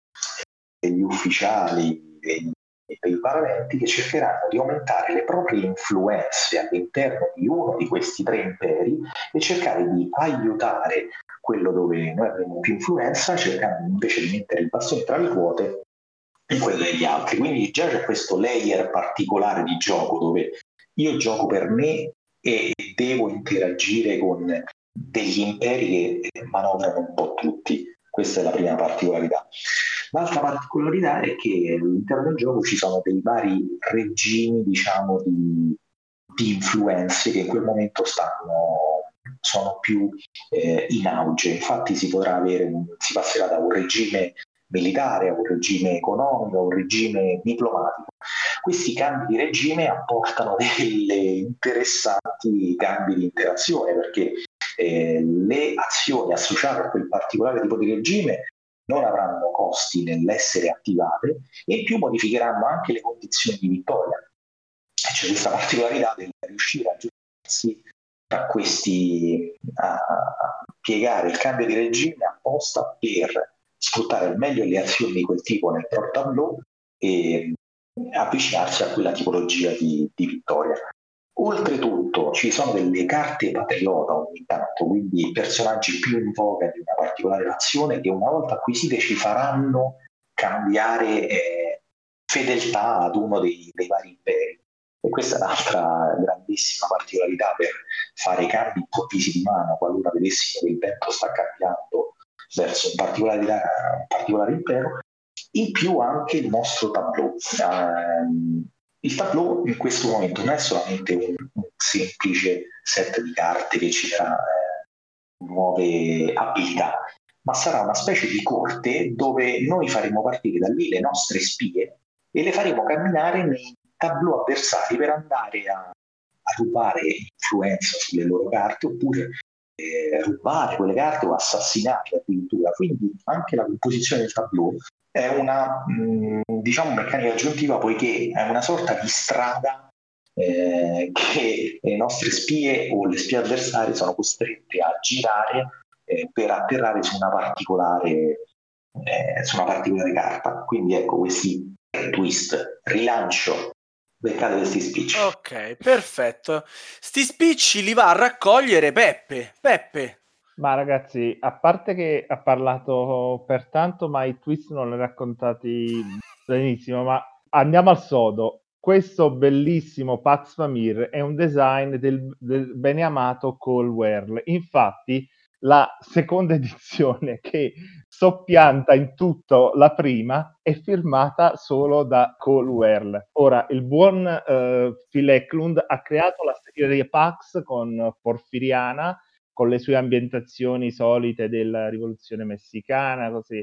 degli ufficiali, dei, dei paraventi che cercheranno di aumentare le proprie influenze all'interno di uno di questi tre imperi e cercare di aiutare quello dove noi avremo più influenza, cercando invece di mettere il bastone tra le ruote in quello degli altri. Quindi già c'è questo layer particolare di gioco dove io gioco per me e devo interagire con degli imperi che manovrano un po' tutti Questa è la prima particolarità. L'altra particolarità è che all'interno del gioco ci sono dei vari regimi, diciamo, di, di influenze che in quel momento stanno, sono più eh, in auge. Infatti si potrà avere un, si passerà da un regime militare a un regime economico, a un regime diplomatico. Questi cambi di regime apportano delle interessanti cambi di interazione, perché eh, le azioni associate a quel particolare tipo di regime non avranno costi nell'essere attivate e in più modificheranno anche le condizioni di vittoria. E c'è questa particolarità del riuscire a giudicarsi tra questi, a, a piegare il cambio di regime apposta per sfruttare al meglio le azioni di quel tipo nel proprio tableau e avvicinarsi a quella tipologia di, di vittoria. Oltretutto ci sono delle carte patriota ogni tanto, quindi personaggi più in voga di una particolare nazione che una volta acquisite ci faranno cambiare eh, fedeltà ad uno dei, dei vari imperi. E questa è un'altra grandissima particolarità per fare cambi improvvisi di mano, qualora vedessimo che il vento sta cambiando verso un particolare, un particolare impero. In più anche il nostro tableau. Um, il tableau in questo momento non è solamente un, un semplice set di carte che ci darà eh, nuove abilità, ma sarà una specie di corte dove noi faremo partire da lì le nostre spie e le faremo camminare nei tableau avversari per andare a, a rubare influenza sulle loro carte oppure eh, rubare quelle carte o assassinarle addirittura. Quindi anche la composizione del tableau è una mh, diciamo meccanica aggiuntiva, poiché è una sorta di strada eh, che le nostre spie o le spie avversarie sono costrette a girare eh, per atterrare su una particolare eh, su una particolare carta. Quindi ecco questi twist, rilancio, beccate questi spicci. Ok, perfetto. Sti spicci li va a raccogliere Peppe. Peppe. Ma ragazzi, a parte che ha parlato per tanto, ma i twist non li ha raccontati benissimo, ma andiamo al sodo. Questo bellissimo Pax Pamir è un design del, del bene amato Cole Wehrle. Infatti, la seconda edizione che soppianta in tutto la prima è firmata solo da Cole Wehrle. Ora, il buon eh, Phil Eklund ha creato la serie Pax con Porfiriana, con le sue ambientazioni solite della rivoluzione messicana, così.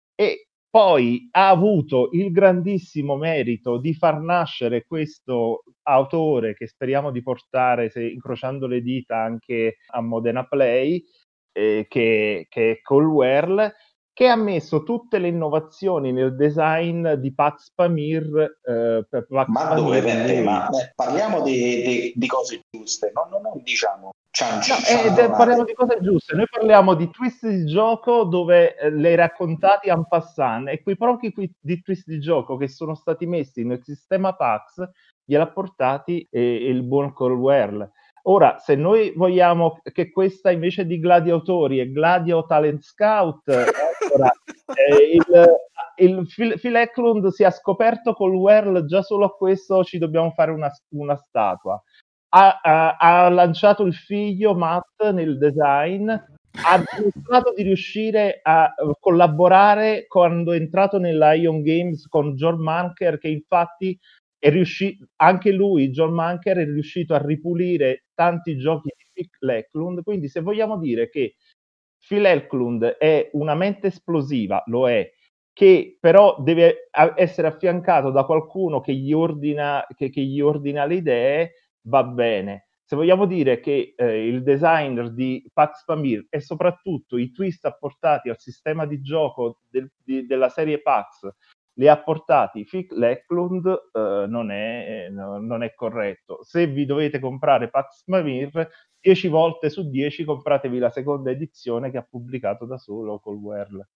E poi ha avuto il grandissimo merito di far nascere questo autore che speriamo di portare, se incrociando le dita, anche a Modena Play, eh, che, che è Cole Wehrle, che ha messo tutte le innovazioni nel design di Pax Pamir. Eh, per Pax ma Pamir dove, Peppe? lui... Ma eh, parliamo di, di, di cose giuste, no, no, no, diciamo. No, eh, parliamo di cose giuste. Noi parliamo di twist di gioco dove eh, le raccontati en passant, e quei pochi qui di twist di gioco che sono stati messi nel sistema Pax gliel'ha portati eh, il buon Cole Wehrle. Ora, se noi vogliamo che questa invece di Gladiatori è Gladio Talent Scout, allora, eh, il, il Phil, Phil Eklund si è scoperto Cole Wehrle, già solo a questo ci dobbiamo fare una, una statua. Ha, ha, ha lanciato il figlio Matt nel design, ha dimostrato di riuscire a collaborare quando è entrato nella Ion Games con John Manker, che infatti è riuscito, anche lui, John Manker, è riuscito a ripulire tanti giochi di Phil Eklund. Quindi se vogliamo dire che Phil Eklund è una mente esplosiva, lo è, che però deve essere affiancato da qualcuno che gli ordina, che, che gli ordina le idee, va bene. Se vogliamo dire che eh, il designer di Pax Pamir e soprattutto i twist apportati al sistema di gioco del, di, della serie Pax li ha portati Phil Eklund, eh, non, è, no, non è corretto. Se vi dovete comprare Pax Pamir, dieci volte su dieci compratevi la seconda edizione che ha pubblicato da solo Cole Wehrle.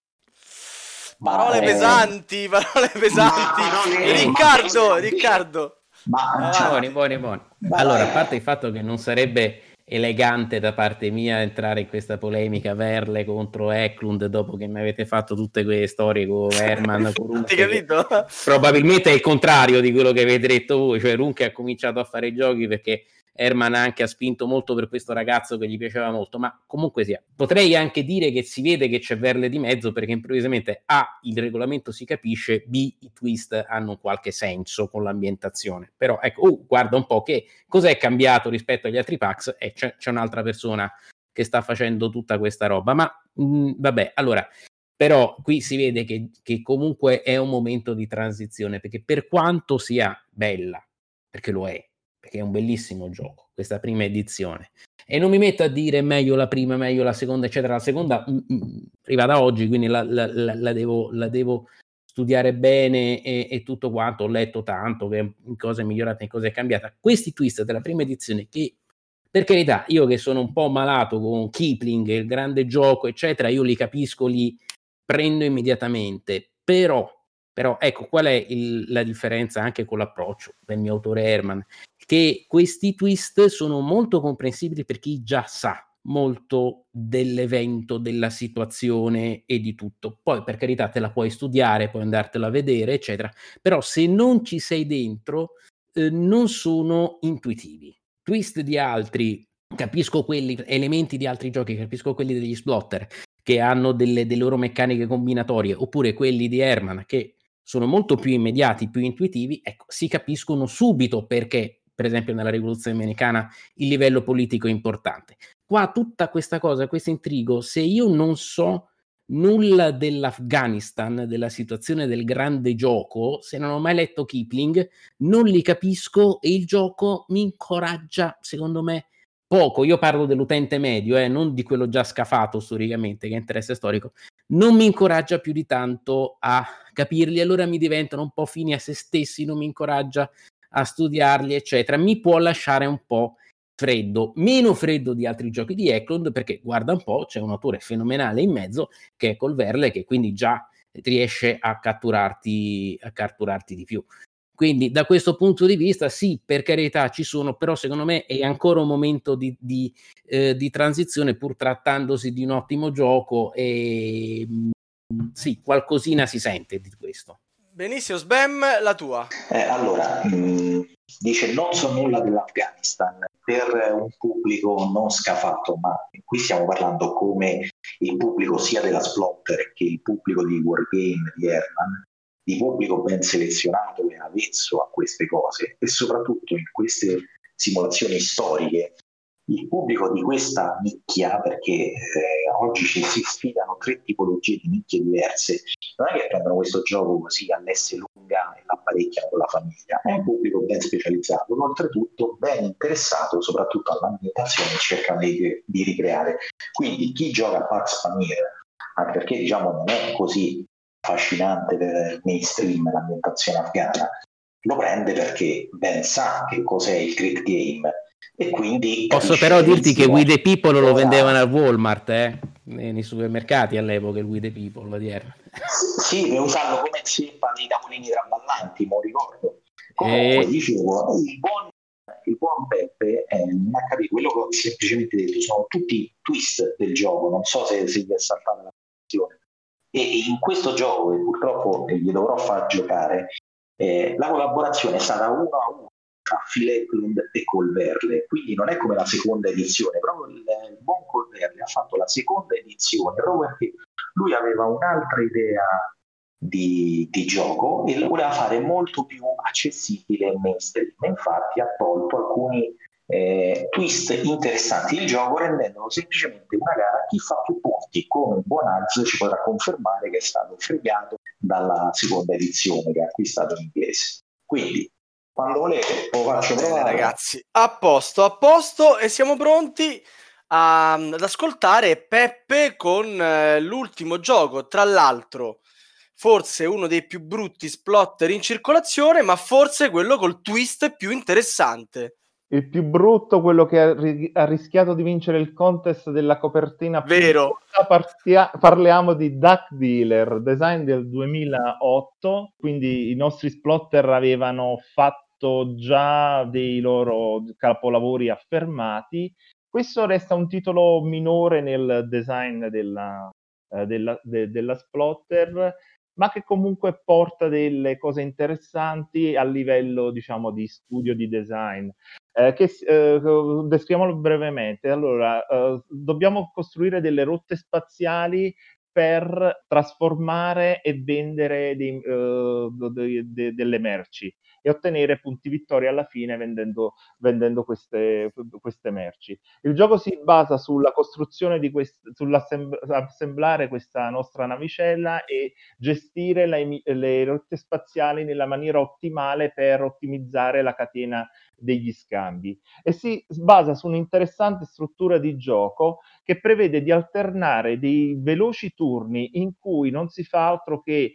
Parole eh, pesanti, parole pesanti. Parole, Riccardo, ma... Riccardo. Ma, Ah, buoni, buoni, buoni. Allora, a parte il fatto che non sarebbe elegante da parte mia entrare in questa polemica Wehrle contro Eklund dopo che mi avete fatto tutte quelle storie con Herman, con Runke, capito? Probabilmente è il contrario di quello che avete detto voi, cioè Runke ha cominciato a fare i giochi perché Herman anche ha spinto molto per questo ragazzo che gli piaceva molto, ma comunque sia, potrei anche dire che si vede che c'è Verle di mezzo, perché improvvisamente A, il regolamento si capisce, B, i twist hanno qualche senso con l'ambientazione. Però ecco, oh, guarda un po' che cos'è cambiato rispetto agli altri packs, e c'è, c'è un'altra persona che sta facendo tutta questa roba, ma mh, vabbè, allora... Però qui si vede che, che comunque è un momento di transizione, perché per quanto sia bella, perché lo è, perché è un bellissimo gioco, questa prima edizione, e non mi metto a dire meglio la prima, meglio la seconda, eccetera, la seconda mm, mm, arriva da oggi, quindi la, la, la, la, devo, la devo studiare bene e, e tutto quanto, ho letto tanto, che in cosa è migliorata, in cosa è cambiata. Questi twist della prima edizione che... Per carità, io che sono un po' malato con Kipling, il grande gioco, eccetera, io li capisco, li prendo immediatamente, però, però ecco qual è il, la differenza anche con l'approccio del mio autore Herman, che questi twist sono molto comprensibili per chi già sa molto dell'evento, della situazione e di tutto. Poi per carità te la puoi studiare, puoi andartela a vedere, eccetera, però se non ci sei dentro eh, non sono intuitivi. Twist di altri, capisco quelli, elementi di altri giochi, capisco quelli degli Splotter, che hanno delle, delle loro meccaniche combinatorie, oppure quelli di Herman, che sono molto più immediati, più intuitivi, ecco, si capiscono subito perché, per esempio nella rivoluzione americana, il livello politico è importante. Qua tutta questa cosa, questo intrigo, se io non so nulla dell'Afghanistan, della situazione del grande gioco, se non ho mai letto Kipling, non li capisco e il gioco mi incoraggia, secondo me, poco. Io parlo dell'utente medio, eh, non di quello già scafato storicamente, che è interesse storico. Non mi incoraggia più di tanto a capirli, allora mi diventano un po' fini a se stessi, non mi incoraggia a studiarli, eccetera. Mi può lasciare un po' freddo, meno freddo di altri giochi di Eklund, perché guarda un po', c'è un autore fenomenale in mezzo che è Col Verle, che quindi già riesce a catturarti, a catturarti di più. Quindi da questo punto di vista sì, per carità ci sono, però secondo me è ancora un momento di, di, eh, di transizione, pur trattandosi di un ottimo gioco, e mh, sì, qualcosina si sente di questo. Benissimo, Sbam, la tua. Eh, allora, mh, dice non so nulla dell'Afghanistan per un pubblico non scafato, ma qui stiamo parlando come il pubblico sia della Splotter che il pubblico di Wargame di Herman, di pubblico ben selezionato e avvezzo a queste cose, e soprattutto in queste simulazioni storiche il pubblico di questa nicchia, perché eh, oggi ci si sfidano tre tipologie di nicchie diverse, non è che prendono questo gioco così all'esse lunga e l'apparecchiano con la famiglia, è un pubblico ben specializzato, oltretutto ben interessato soprattutto all'ambientazione e cercano di, di ricreare. Quindi chi gioca a Pax Pamir, anche perché diciamo non è così affascinante per il mainstream l'ambientazione afghana, lo prende perché ben sa che cos'è il Great Game. E quindi posso però dirti che We the People lo vendevano al Walmart, eh? Nei supermercati all'epoca, il We the People odierno. Sì, per usarlo come zeppa dei tavolini traballanti, me lo ricordo. Comunque, e... dicevo, il buon, il buon Peppe eh, non ha capito quello che ho semplicemente detto, sono tutti twist del gioco, non so se, se gli è saltata la questione. E in questo gioco, che purtroppo gli dovrò far giocare, eh, la collaborazione è stata uno a uno tra Phil Eklund e Col Verle, quindi non è come la seconda edizione, proprio il, il buon Col Verle ha fatto la seconda edizione proprio perché lui aveva un'altra idea di, di gioco e lo voleva fare molto più accessibile e mainstream, infatti ha tolto alcuni eh, twist interessanti del gioco, rendendolo semplicemente una gara a chi fa più punti, come il buon Alz ci potrà confermare che è stato fregato dalla seconda edizione che ha acquistato in inglese. Quindi quando volete lo faccio provare. Bene, ragazzi, a posto, a posto, e siamo pronti a, ad ascoltare Peppe con eh, l'ultimo gioco, tra l'altro forse uno dei più brutti Splotter in circolazione, ma forse quello col twist più interessante. Il più brutto, quello che ha, ri- ha rischiato di vincere il contest della copertina vero più partia- parliamo di Duck Dealer, design del duemilaotto, quindi i nostri Splotter avevano fatto già dei loro capolavori affermati. Questo resta un titolo minore nel design della, eh, della, de- della Splotter, ma che comunque porta delle cose interessanti a livello, diciamo, di studio di design. eh, che eh, descriviamolo brevemente. Allora, eh, dobbiamo costruire delle rotte spaziali per trasformare e vendere dei, uh, de, de, delle merci e ottenere punti vittoria alla fine vendendo, vendendo queste, queste merci. Il gioco si basa sulla costruzione di quest- sull'assemblare questa nostra navicella e gestire le, le rotte spaziali nella maniera ottimale per ottimizzare la catena degli scambi, e si basa su un'interessante struttura di gioco che prevede di alternare dei veloci turni in cui non si fa altro che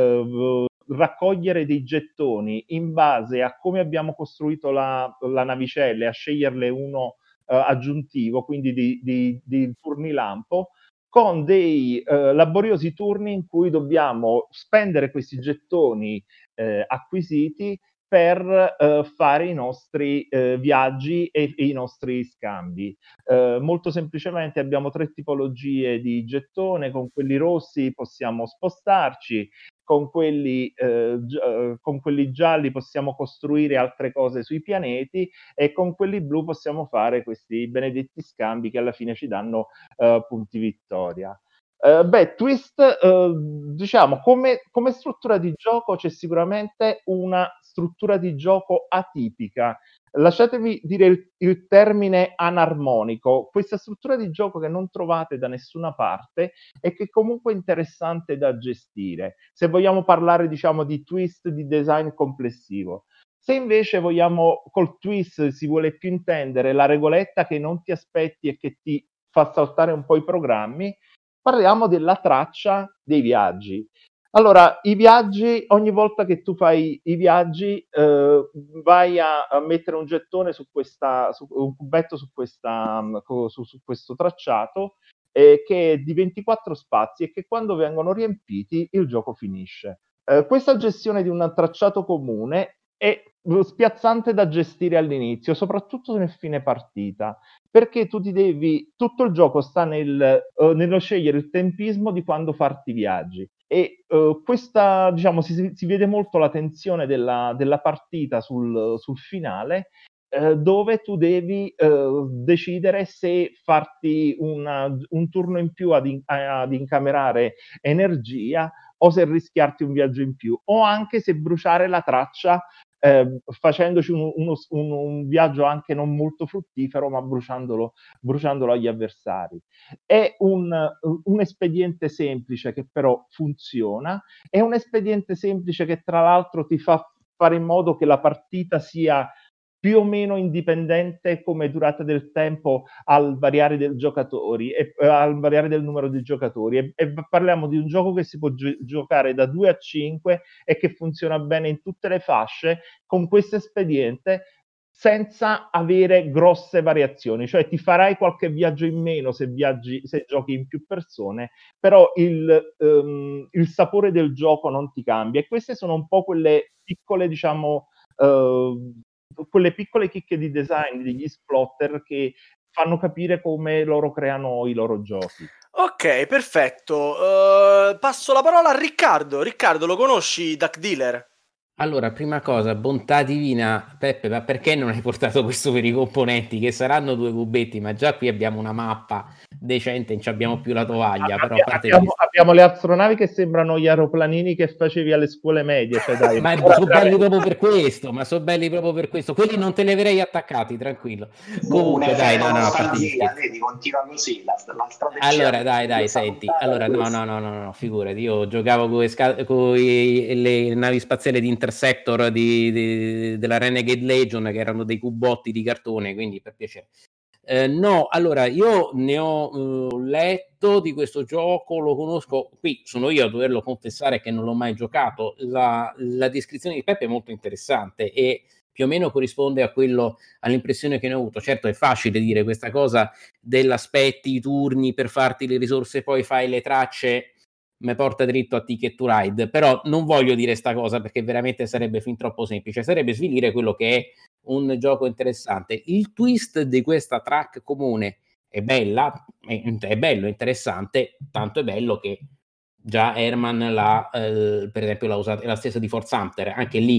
eh, raccogliere dei gettoni in base a come abbiamo costruito la, la navicella e a sceglierle uno eh, aggiuntivo, quindi di, di, di turni lampo, con dei eh, laboriosi turni in cui dobbiamo spendere questi gettoni eh, acquisiti per eh, fare i nostri eh, viaggi e, e i nostri scambi. Eh, molto semplicemente abbiamo tre tipologie di gettone: con quelli rossi possiamo spostarci, con quelli, eh, gi- con quelli gialli possiamo costruire altre cose sui pianeti, e con quelli blu possiamo fare questi benedetti scambi che alla fine ci danno eh, punti vittoria. Uh, beh, Twist, uh, diciamo, come, come struttura di gioco c'è sicuramente una struttura di gioco atipica. Lasciatemi dire il, il termine anarmonico. Questa struttura di gioco che non trovate da nessuna parte e che comunque è interessante da gestire, se vogliamo parlare, diciamo, di twist di design complessivo. Se invece vogliamo, col twist si vuole più intendere la regoletta che non ti aspetti e che ti fa saltare un po' i programmi, parliamo della traccia dei viaggi. Allora, i viaggi, ogni volta che tu fai i viaggi, eh, vai a, a mettere un gettone su questa, su, un cubetto su, questa, su, su questo tracciato, eh, che è di ventiquattro spazi e che quando vengono riempiti il gioco finisce. Eh, questa gestione di un tracciato comune è spiazzante da gestire all'inizio, soprattutto nel fine partita, perché tu ti devi, tutto il gioco sta nel, uh, nello scegliere il tempismo di quando farti i viaggi, e uh, questa, diciamo, si, si vede molto la tensione della, della partita sul, sul finale, uh, dove tu devi uh, decidere se farti una, un turno in più ad, in, ad incamerare energia, o se rischiarti un viaggio in più, o anche se bruciare la traccia eh, facendoci un, uno, un, un viaggio anche non molto fruttifero, ma bruciandolo, bruciandolo agli avversari. È un, un espediente semplice che però funziona, è un espediente semplice che tra l'altro ti fa fare in modo che la partita sia più o meno indipendente come durata del tempo al variare del giocatori e eh, al variare del numero di giocatori, e, e parliamo di un gioco che si può gi- giocare da due a cinque e che funziona bene in tutte le fasce con questo espediente, senza avere grosse variazioni. Cioè ti farai qualche viaggio in meno se viaggi, se giochi in più persone, però il, um, il sapore del gioco non ti cambia, e queste sono un po' quelle piccole, diciamo, uh, quelle piccole chicche di design degli splotter che fanno capire come loro creano i loro giochi. Ok, perfetto. Uh, passo la parola a Riccardo. Riccardo, lo conosci, Duck Dealer? Allora, prima cosa, bontà divina, Peppe, ma perché non hai portato questo per i componenti? Che saranno due cubetti, ma già qui abbiamo una mappa decente, non ci abbiamo più la tovaglia. Però a parte abbiamo, abbiamo le astronavi che sembrano gli aeroplanini che facevi alle scuole medie. Cioè, dai, ma sono belli proprio per questo, ma sono belli proprio per questo. Quelli non te li avrei attaccati, tranquillo. Comunque, dai, no, no, nostalgia, vedi, continua così. La, la allora, dai, dai, senti. Allora, no, no, no, no, no, figurati. Io giocavo con le navi spaziali di Interceptor di, di, della Renegade Legion, che erano dei cubotti di cartone, quindi per piacere. Eh, no, allora io ne ho uh, letto di questo gioco, lo conosco, qui sono io a doverlo confessare che non l'ho mai giocato. La, la descrizione di Peppe è molto interessante e più o meno corrisponde a quello, all'impressione che ne ho avuto. Certo è facile dire questa cosa dell'aspetti i turni per farti le risorse, poi fai le tracce, mi porta dritto a Ticket to Ride, però non voglio dire sta cosa perché veramente sarebbe fin troppo semplice, sarebbe svilire quello che è un gioco interessante. Il twist di questa track comune è bella, è, è bello, è interessante, tanto è bello che già Herman l'ha, eh, per esempio l'ha usata, è la stessa di Force Hunter, anche lì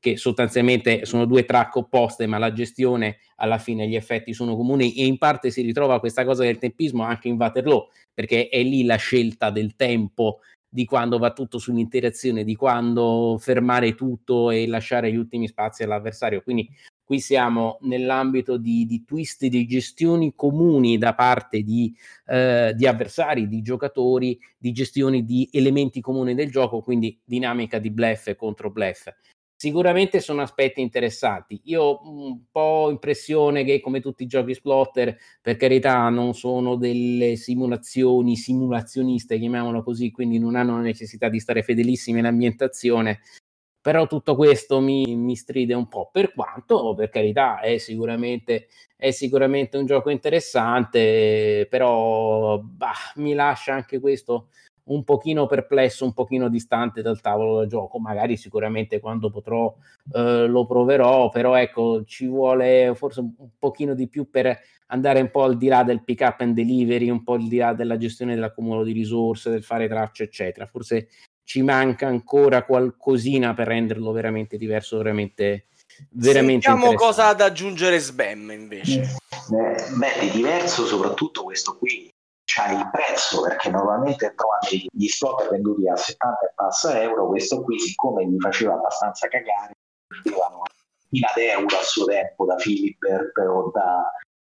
che sostanzialmente sono due track opposte, ma la gestione alla fine, gli effetti sono comuni, e in parte si ritrova questa cosa del tempismo anche in Waterloo, perché è lì la scelta del tempo, di quando va tutto sull'interazione, di quando fermare tutto e lasciare gli ultimi spazi all'avversario. Quindi qui siamo nell'ambito di, di twist, di gestioni comuni da parte di, eh, di avversari, di giocatori, di gestioni di elementi comuni del gioco, quindi dinamica di bluff contro bluff. Sicuramente sono aspetti interessanti. Io ho un po' impressione che, come tutti i giochi Splotter, per carità, non sono delle simulazioni simulazioniste, chiamiamolo così, quindi non hanno la necessità di stare fedelissimi all'ambientazione, però tutto questo mi, mi stride un po', per quanto, per carità, è sicuramente, è sicuramente un gioco interessante, però bah, mi lascia anche questo un pochino perplesso, un pochino distante dal tavolo da gioco. Magari sicuramente quando potrò eh, lo proverò, però ecco, ci vuole forse un pochino di più per andare un po' al di là del pick up and delivery, un po' al di là della gestione dell'accumulo di risorse, del fare tracce eccetera. Forse ci manca ancora qualcosina per renderlo veramente diverso, veramente veramente Sentiamo cosa ad aggiungere Sbam invece. Eh, beh, di diverso soprattutto questo qui c'ha il prezzo, perché normalmente trovate gli slot venduti a settanta e passa euro, questo qui siccome gli faceva abbastanza cagare, vendevano fino ad euro a suo tempo da Philibert o da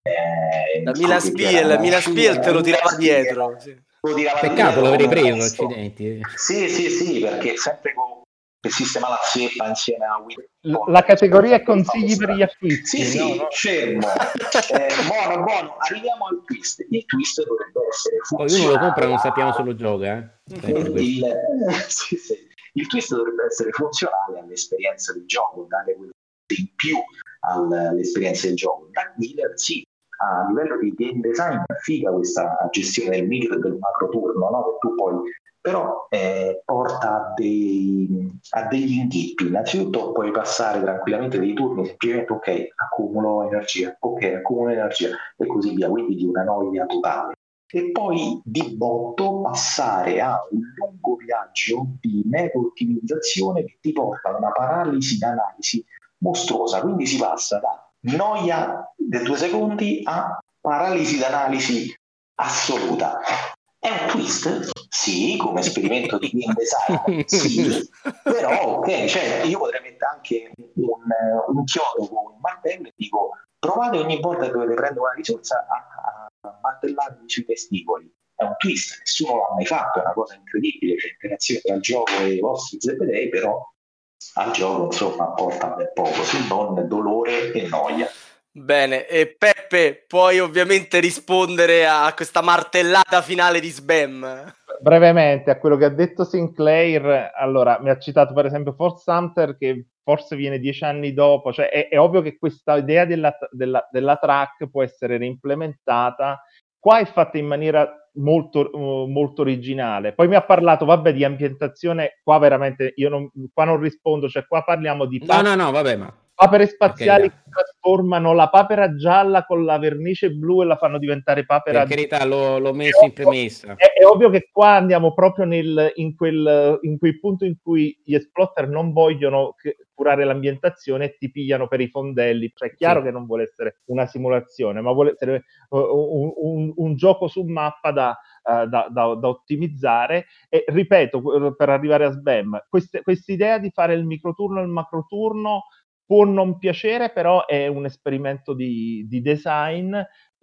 eh, da Milan Spiel, Milan Spiel te lo tirava dietro, sì. Peccato l'avrei preso, accidenti. Sì, sì, sì, perché sempre con il sistema la zeppa insieme a L- la categoria è consigli per gli acquisti. Sì, sì, no, no. fermo. eh, buono, buono. Arriviamo al twist. Il twist dovrebbe essere poi uno lo compra e non sappiamo se lo gioca. Eh? Il, il, sì, sì. Il twist dovrebbe essere funzionale all'esperienza del gioco, dare quello in più all'esperienza del gioco. Da Miller, sì, a livello di game design è figa questa gestione del micro e del macro turno, no? Che tu poi però eh, porta a, dei, a degli inghippi. Innanzitutto puoi passare tranquillamente dei turni semplicemente ok, accumulo energia, ok, accumulo energia e così via, quindi di una noia totale. E poi di botto passare a un lungo viaggio di meta ottimizzazione che ti porta a una paralisi d'analisi mostruosa, quindi si passa da noia dei due secondi a paralisi d'analisi assoluta. È un twist? Sì, come esperimento di game design, sì, però ok, cioè io potrei mettere anche un, un chiodo con un martello e dico provate ogni volta che dovete prendere una risorsa a, a martellarvi sui testicoli. È un twist, nessuno l'ha mai fatto, è una cosa incredibile, c'è interazione tra il gioco e i vostri zebedei, però al gioco insomma porta ben poco, se non dolore e noia. Bene, e Peppe, puoi ovviamente rispondere a questa martellata finale di Sbam. Brevemente a quello che ha detto Sinclair, allora mi ha citato per esempio Force Hunter che forse viene dieci anni dopo, cioè è, è ovvio che questa idea della, della, della track può essere reimplementata, qua è fatta in maniera molto, uh, molto originale. Poi mi ha parlato, vabbè, di ambientazione, qua veramente io non, qua non rispondo, cioè qua parliamo di... No, no, no, vabbè, ma... papere spaziali che trasformano la papera gialla con la vernice blu e la fanno diventare papera. Per carità, l'ho, l'ho messo in premessa. È, è ovvio che qua andiamo proprio nel, in, quel, in quel punto in cui gli exploiter non vogliono che, curare l'ambientazione e ti pigliano per i fondelli. Cioè è chiaro sì, che non vuole essere una simulazione, ma vuole essere uh, un, un, un gioco su mappa da, uh, da, da, da ottimizzare. E ripeto, per arrivare a Sbam, questa idea di fare il microturno e il macroturno può non piacere, però è un esperimento di, di design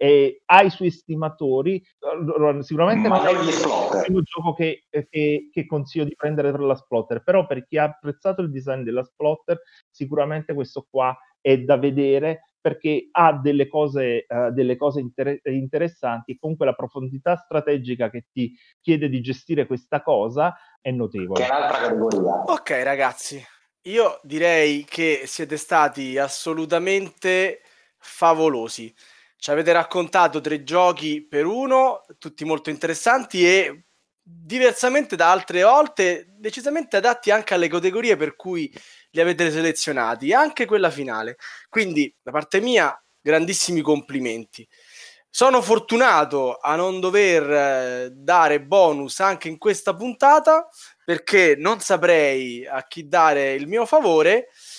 e ha i suoi estimatori. Sicuramente ma non è il primo gioco che, che, che consiglio di prendere per la Splotter, però per chi ha apprezzato il design della Splotter sicuramente questo qua è da vedere, perché ha delle cose, uh, delle cose inter- interessanti e comunque la profondità strategica che ti chiede di gestire questa cosa è notevole. Che è un'altra categoria. Ok ragazzi, io direi che siete stati assolutamente favolosi. Ci avete raccontato tre giochi per uno, tutti molto interessanti e diversamente da altre volte decisamente adatti anche alle categorie per cui li avete selezionati, anche quella finale. Quindi da parte mia grandissimi complimenti. Sono fortunato a non dover eh, dare bonus anche in questa puntata, perché non saprei a chi dare il mio favore,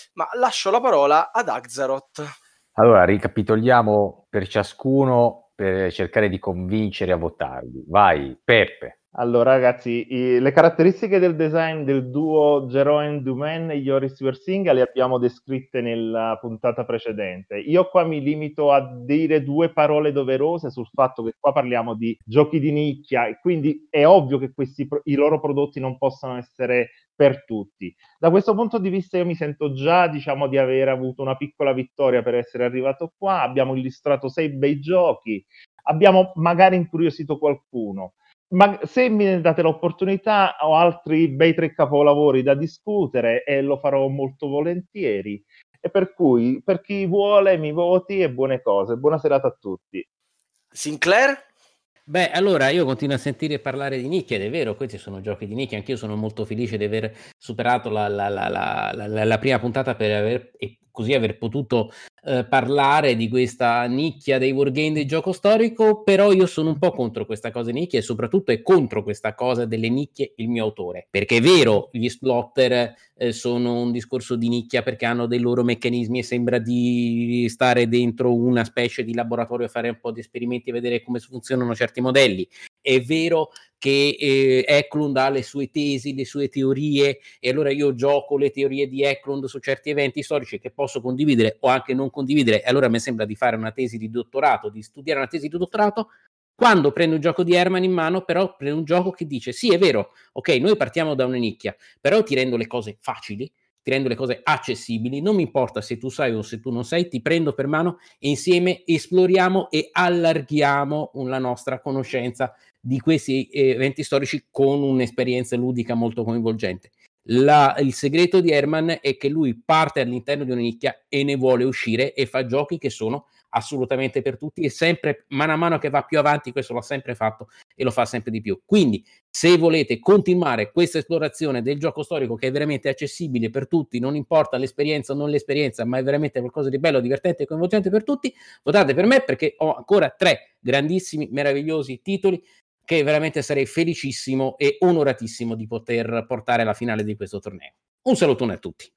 ma lascio la parola ad Axaroth. Allora, ricapitoliamo per ciascuno per cercare di convincere a votarli. Vai, Peppe. Allora ragazzi, i, le caratteristiche del design del duo Jeroen Dumaine e Joris Versinga le abbiamo descritte nella puntata precedente. Io qua mi limito a dire due parole doverose sul fatto che qua parliamo di giochi di nicchia e quindi è ovvio che questi, i loro prodotti non possano essere per tutti. Da questo punto di vista io mi sento già, diciamo, di aver avuto una piccola vittoria per essere arrivato qua. Abbiamo illustrato sei bei giochi, abbiamo magari incuriosito qualcuno. Ma se mi date l'opportunità ho altri bei tre capolavori da discutere e lo farò molto volentieri, e per cui per chi vuole mi voti e buone cose. Buona serata a tutti. Sinclair? Beh, allora io continuo a sentire parlare di nicchia ed è vero, questi sono giochi di nicchia, anch'io sono molto felice di aver superato la, la, la, la, la, la prima puntata per aver, e così aver potuto eh, parlare di questa nicchia dei wargame del gioco storico, però io sono un po' contro questa cosa di nicchia e soprattutto è contro questa cosa delle nicchie il mio autore, perché è vero, gli splotter eh, sono un discorso di nicchia perché hanno dei loro meccanismi e sembra di stare dentro una specie di laboratorio a fare un po' di esperimenti e vedere come funzionano certi modelli. È vero che eh, Eklund ha le sue tesi, le sue teorie, e allora io gioco le teorie di Eklund su certi eventi storici che posso condividere o anche non condividere, e allora mi sembra di fare una tesi di dottorato, di studiare una tesi di dottorato. Quando prendo un gioco di Herman in mano, però prendo un gioco che dice sì, è vero, ok, noi partiamo da una nicchia, però ti rendo le cose facili, ti rendo le cose accessibili, non mi importa se tu sai o se tu non sai, ti prendo per mano e insieme esploriamo e allarghiamo la nostra conoscenza di questi eventi storici con un'esperienza ludica molto coinvolgente. La, il segreto di Herman è che lui parte all'interno di una nicchia e ne vuole uscire e fa giochi che sono assolutamente per tutti, e sempre mano a mano che va più avanti questo l'ha sempre fatto e lo fa sempre di più. Quindi se volete continuare questa esplorazione del gioco storico che è veramente accessibile per tutti, non importa l'esperienza o non l'esperienza, ma è veramente qualcosa di bello, divertente e coinvolgente per tutti, votate per me perché ho ancora tre grandissimi, meravigliosi titoli che veramente sarei felicissimo e onoratissimo di poter portare alla finale di questo torneo. Un salutone a tutti.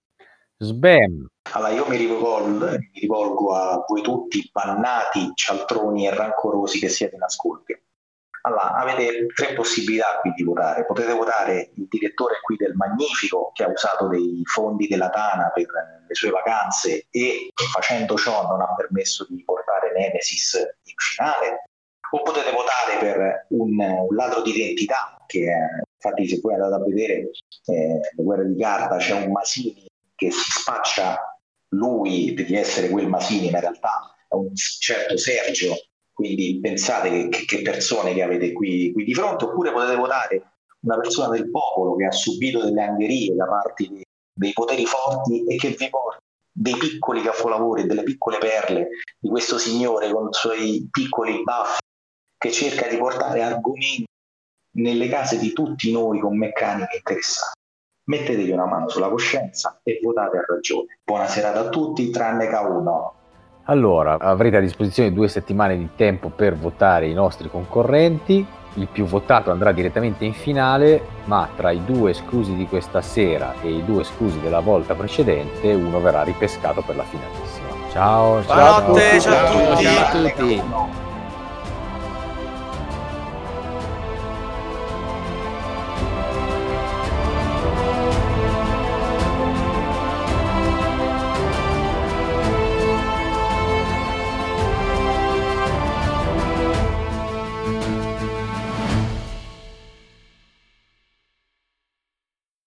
Sbam. Allora io mi rivolgo, mi rivolgo a voi tutti, bannati, cialtroni e rancorosi che siete in ascolto. Allora, avete tre possibilità qui di votare. Potete votare il direttore qui del Magnifico, che ha usato dei fondi della Tana per le sue vacanze e facendo ciò non ha permesso di portare Nemesis in finale. O potete votare per un, un ladro di identità, che è, infatti se voi andate a vedere eh, le guerre di carta, c'è un Masini che si spaccia lui di essere quel Masini, ma in realtà è un certo Sergio, quindi pensate che, che persone che avete qui, qui di fronte. Oppure potete votare una persona del popolo che ha subito delle angherie da parte dei, dei poteri forti e che vi porta dei piccoli capolavori, delle piccole perle di questo signore con i suoi piccoli baffi, che cerca di portare argomenti nelle case di tutti noi con meccaniche interessanti. Mettetevi una mano sulla coscienza e votate a ragione. Buona serata a tutti, tranne K uno. Allora, avrete a disposizione due settimane di tempo per votare i nostri concorrenti. Il più votato andrà direttamente in finale, ma tra i due esclusi di questa sera e i due esclusi della volta precedente, uno verrà ripescato per la finalissima. Ciao, ciao, Buonanotte, ciao, ciao a tutti. Ciao a tutti.